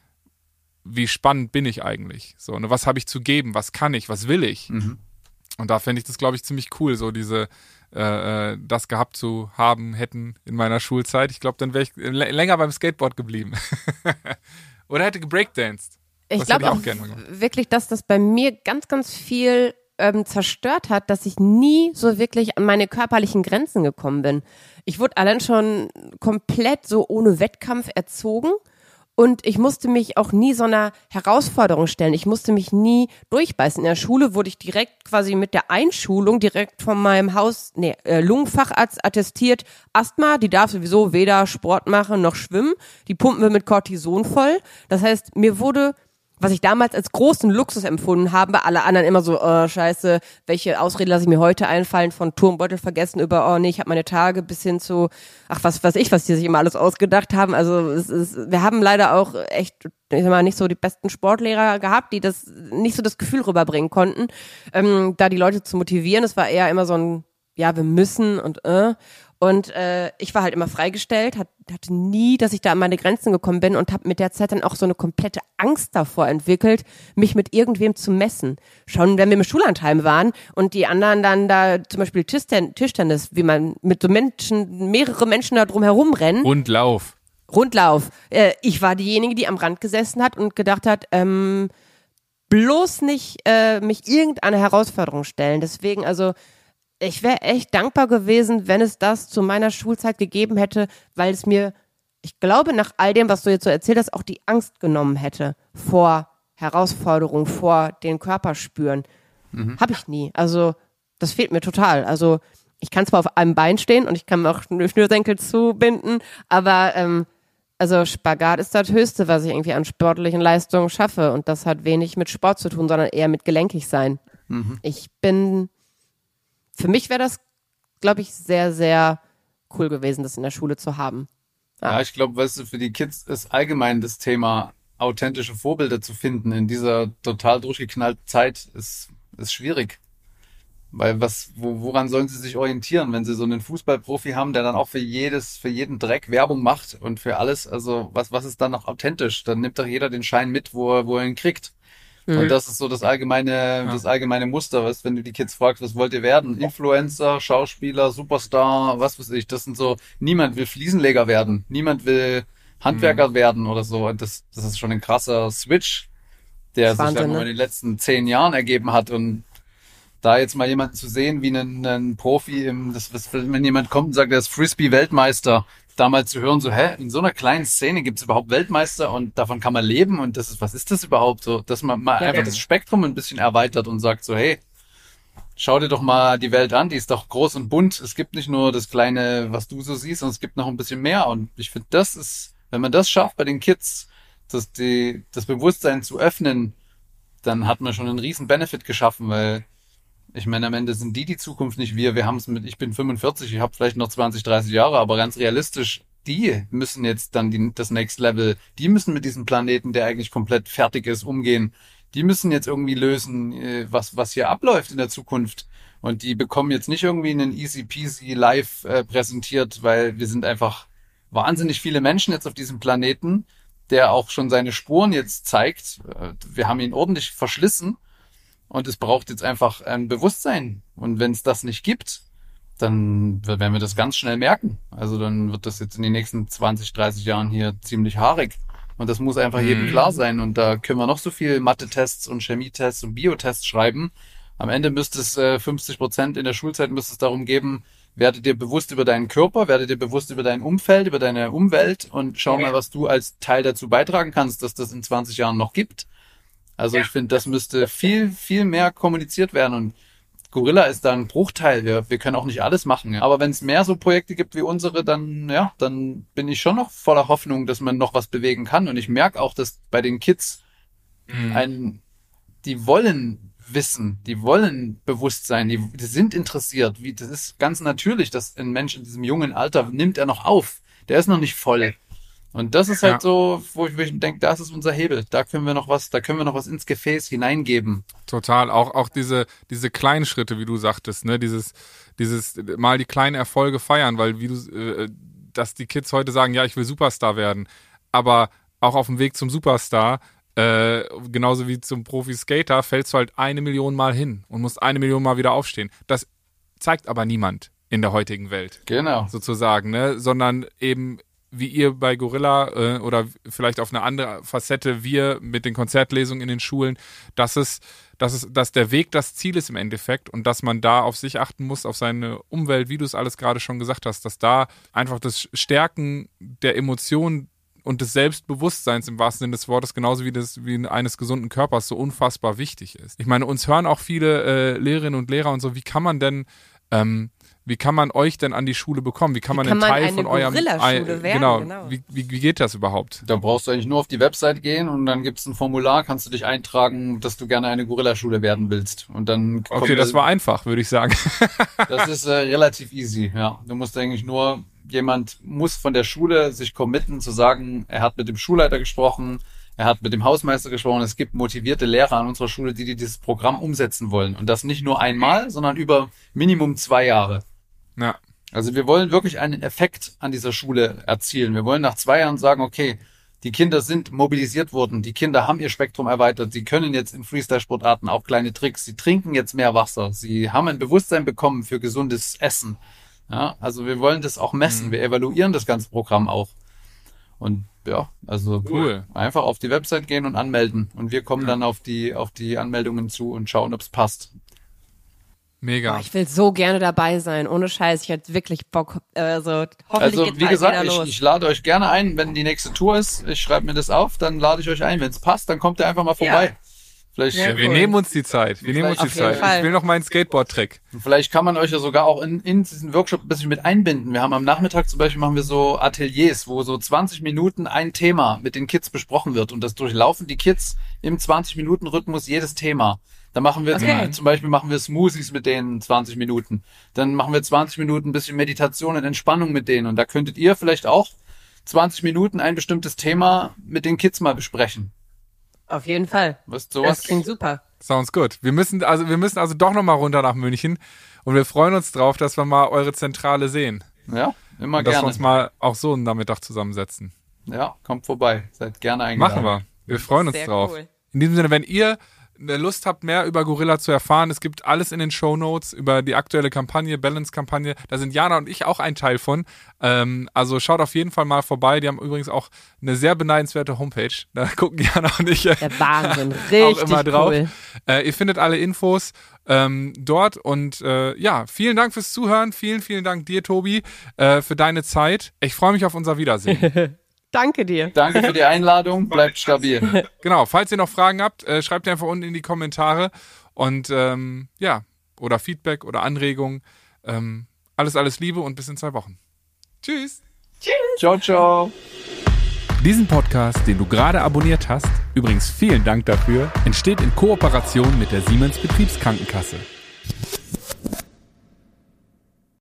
wie spannend bin ich eigentlich, so, ne, was habe ich zu geben, was kann ich, was will ich, und da fände ich das, glaube ich, ziemlich cool, so diese, das gehabt zu haben hätten in meiner Schulzeit, ich glaube, dann wäre ich länger beim Skateboard geblieben, oder hätte gebreakdanced. Ich glaube auch wirklich, dass das bei mir ganz, ganz viel zerstört hat, dass ich nie so wirklich an meine körperlichen Grenzen gekommen bin. Ich wurde allein schon komplett so ohne Wettkampf erzogen und ich musste mich auch nie so einer Herausforderung stellen. Ich musste mich durchbeißen. In der Schule wurde ich direkt quasi mit der Einschulung direkt von meinem Lungenfacharzt attestiert, Asthma, die darf sowieso weder Sport machen noch schwimmen, die pumpen wir mit Cortison voll. Das heißt, mir wurde, was ich damals als großen Luxus empfunden habe, alle anderen immer so, oh, scheiße, welche Ausrede lasse ich mir heute einfallen, von Turmbeutel vergessen über, oh nee, ich habe meine Tage, bis hin zu, ach was weiß ich, was die sich immer alles ausgedacht haben. Also wir haben leider auch echt, ich sag mal, nicht so die besten Sportlehrer gehabt, die das nicht so das Gefühl rüberbringen konnten, da die Leute zu motivieren. Es war eher immer so ein, ja, wir müssen und ich war halt immer freigestellt, hatte nie, dass ich da an meine Grenzen gekommen bin und habe mit der Zeit dann auch so eine komplette Angst davor entwickelt, mich mit irgendwem zu messen. Schon wenn wir im Schullandheim waren und die anderen dann da zum Beispiel Tischtennis, wie man mit so mehrere Menschen da drum herum rennen. Rundlauf. Ich war diejenige, die am Rand gesessen hat und gedacht hat, bloß nicht mich irgendeine Herausforderung stellen. Deswegen, also ich wäre echt dankbar gewesen, wenn es das zu meiner Schulzeit gegeben hätte, weil es mir, ich glaube, nach all dem, was du jetzt so erzählt hast, auch die Angst genommen hätte vor Herausforderungen, vor den Körper spüren. Habe ich nie. Also das fehlt mir total. Also ich kann zwar auf einem Bein stehen und ich kann mir auch Schnürsenkel zubinden, aber also Spagat ist das Höchste, was ich irgendwie an sportlichen Leistungen schaffe und das hat wenig mit Sport zu tun, sondern eher mit gelenkig sein. Für mich wäre das, glaube ich, sehr, sehr cool gewesen, das in der Schule zu haben. Ja, ich glaube, weißt du, für die Kids ist allgemein das Thema, authentische Vorbilder zu finden in dieser total durchgeknallten Zeit, ist schwierig. Weil woran sollen sie sich orientieren, wenn sie so einen Fußballprofi haben, der dann auch für jeden Dreck Werbung macht und für alles, also was ist dann noch authentisch? Dann nimmt doch jeder den Schein mit, wo er ihn kriegt. Und das ist so das allgemeine Muster, was, wenn du die Kids fragst, was wollt ihr werden? Influencer, Schauspieler, Superstar, was weiß ich, das sind so, niemand will Fliesenleger werden, niemand will Handwerker werden oder so. Und das ist schon ein krasser Switch, der sich dann in den letzten 10 Jahren ergeben hat. Und da jetzt mal jemanden zu sehen, wie einen Profi wenn jemand kommt und sagt, er ist Frisbee-Weltmeister, da mal zu hören, so, in so einer kleinen Szene gibt es überhaupt Weltmeister und davon kann man leben und was ist das überhaupt so, dass man mal einfach das Spektrum ein bisschen erweitert und sagt so, hey, schau dir doch mal die Welt an, die ist doch groß und bunt, es gibt nicht nur das Kleine, was du so siehst, sondern es gibt noch ein bisschen mehr und ich finde, das ist, wenn man das schafft bei den Kids, das Bewusstsein zu öffnen, dann hat man schon einen riesen Benefit geschaffen, weil ich meine, am Ende sind die Zukunft, nicht wir. Ich bin 45, ich habe vielleicht noch 20, 30 Jahre, aber ganz realistisch, die müssen jetzt dann das Next Level, die müssen mit diesem Planeten, der eigentlich komplett fertig ist, umgehen. Die müssen jetzt irgendwie lösen, was hier abläuft in der Zukunft. Und die bekommen jetzt nicht irgendwie einen easy peasy live präsentiert, weil wir sind einfach wahnsinnig viele Menschen jetzt auf diesem Planeten, der auch schon seine Spuren jetzt zeigt. Wir haben ihn ordentlich verschlissen. Und es braucht jetzt einfach ein Bewusstsein. Und wenn es das nicht gibt, dann werden wir das ganz schnell merken. Also dann wird das jetzt in den nächsten 20, 30 Jahren hier ziemlich haarig. Und das muss einfach jedem klar sein. Und da können wir noch so viel Mathe-Tests und Chemie-Tests und Biotests schreiben. Am Ende müsste es 50% in der Schulzeit müsste es darum geben, werde dir bewusst über deinen Körper, werde dir bewusst über dein Umfeld, über deine Umwelt und schau mal, was du als Teil dazu beitragen kannst, dass das in 20 Jahren noch gibt. Also ich finde, das müsste viel, viel mehr kommuniziert werden. Und Gorilla ist da ein Bruchteil. Wir können auch nicht alles machen. Ja. Aber wenn es mehr so Projekte gibt wie unsere, dann bin ich schon noch voller Hoffnung, dass man noch was bewegen kann. Und ich merke auch, dass bei den Kids die wollen wissen, die wollen Bewusstsein, die sind interessiert. Das ist ganz natürlich, dass ein Mensch in diesem jungen Alter nimmt er noch auf. Der ist noch nicht voll. Und das ist halt so, wo ich denke, das ist unser Hebel. Da können wir noch was ins Gefäß hineingeben. Total. Auch diese kleinen Schritte, wie du sagtest, ne, dieses mal die kleinen Erfolge feiern, weil dass die Kids heute sagen, ja, ich will Superstar werden. Aber auch auf dem Weg zum Superstar, genauso wie zum Profi-Skater, fällst du halt 1 Million Mal hin und musst 1 Million Mal wieder aufstehen. Das zeigt aber niemand in der heutigen Welt. Genau. Sozusagen, ne, sondern eben wie ihr bei Gorilla oder vielleicht auf eine andere Facette, wir mit den Konzertlesungen in den Schulen, dass der Weg das Ziel ist im Endeffekt und dass man da auf sich achten muss, auf seine Umwelt, wie du es alles gerade schon gesagt hast, dass da einfach das Stärken der Emotionen und des Selbstbewusstseins im wahrsten Sinne des Wortes, genauso wie eines gesunden Körpers, so unfassbar wichtig ist. Ich meine, uns hören auch viele Lehrerinnen und Lehrer und so, wie kann man euch denn an die Schule bekommen? Wie kann man einen Teil von eurem Gorilla-Schule werden? Genau. Wie geht das überhaupt? Da brauchst du eigentlich nur auf die Website gehen und dann gibt's ein Formular, kannst du dich eintragen, dass du gerne eine Gorilla-Schule werden willst. Und dann okay, das war einfach, würde ich sagen. Das ist relativ easy, ja. Du musst eigentlich nur, jemand muss von der Schule sich committen zu sagen, er hat mit dem Schulleiter gesprochen, er hat mit dem Hausmeister gesprochen. Es gibt motivierte Lehrer an unserer Schule, die dieses Programm umsetzen wollen. Und das nicht nur einmal, sondern über Minimum 2 Jahre. Ja. Also wir wollen wirklich einen Effekt an dieser Schule erzielen. Wir wollen nach 2 Jahren sagen, okay, die Kinder sind mobilisiert worden, die Kinder haben ihr Spektrum erweitert, sie können jetzt in Freestyle-Sportarten auch kleine Tricks, sie trinken jetzt mehr Wasser, sie haben ein Bewusstsein bekommen für gesundes Essen. Ja, also wir wollen das auch messen, wir evaluieren das ganze Programm auch. Und ja, also cool. Einfach auf die Website gehen und anmelden. Und wir kommen dann auf die Anmeldungen zu und schauen, ob es passt. Mega. Oh, ich will so gerne dabei sein, ohne Scheiß. Ich hätte wirklich Bock. Hoffentlich also wie gesagt, ich lade euch gerne ein, wenn die nächste Tour ist. Ich schreibe mir das auf, dann lade ich euch ein. Wenn es passt, dann kommt ihr einfach mal vorbei. Ja. Vielleicht, ja, wir nehmen uns die Zeit. Ich will noch meinen Skateboard-Trick. Vielleicht kann man euch ja sogar auch in diesen Workshop ein bisschen mit einbinden. Wir haben am Nachmittag zum Beispiel machen wir so Ateliers, wo so 20 Minuten ein Thema mit den Kids besprochen wird. Und das durchlaufen die Kids im 20-Minuten-Rhythmus jedes Thema. Dann machen wir zum Beispiel Smoothies mit denen 20 Minuten. Dann machen wir 20 Minuten ein bisschen Meditation und Entspannung mit denen. Und da könntet ihr vielleicht auch 20 Minuten ein bestimmtes Thema mit den Kids mal besprechen. Auf jeden Fall. Das klingt super. Sounds good. Wir müssen also doch nochmal runter nach München und wir freuen uns drauf, dass wir mal eure Zentrale sehen. Ja, immer und dass gerne. wir uns mal auch so einen Nachmittag zusammensetzen. Ja, kommt vorbei. Seid gerne eingeladen. Machen wir. Wir freuen uns drauf. Cool. In diesem Sinne, wenn ihr Lust habt, mehr über Gorilla zu erfahren, es gibt alles in den Shownotes über die aktuelle Kampagne, Balance-Kampagne. Da sind Jana und ich auch ein Teil von. Also schaut auf jeden Fall mal vorbei. Die haben übrigens auch eine sehr beneidenswerte Homepage. Da gucken Jana und ich der Wahnsinn, richtig auch immer drauf. Cool. Ihr findet alle Infos dort. Und vielen Dank fürs Zuhören. Vielen, vielen Dank dir, Tobi, für deine Zeit. Ich freue mich auf unser Wiedersehen. Danke dir. Danke für die Einladung. Bleibt stabil. Genau, falls ihr noch Fragen habt, schreibt ihr einfach unten in die Kommentare und oder Feedback oder Anregungen. Alles Liebe und bis in 2 Wochen. Tschüss. Tschüss. Ciao, ciao. Diesen Podcast, den du gerade abonniert hast, übrigens vielen Dank dafür, entsteht in Kooperation mit der Siemens Betriebskrankenkasse.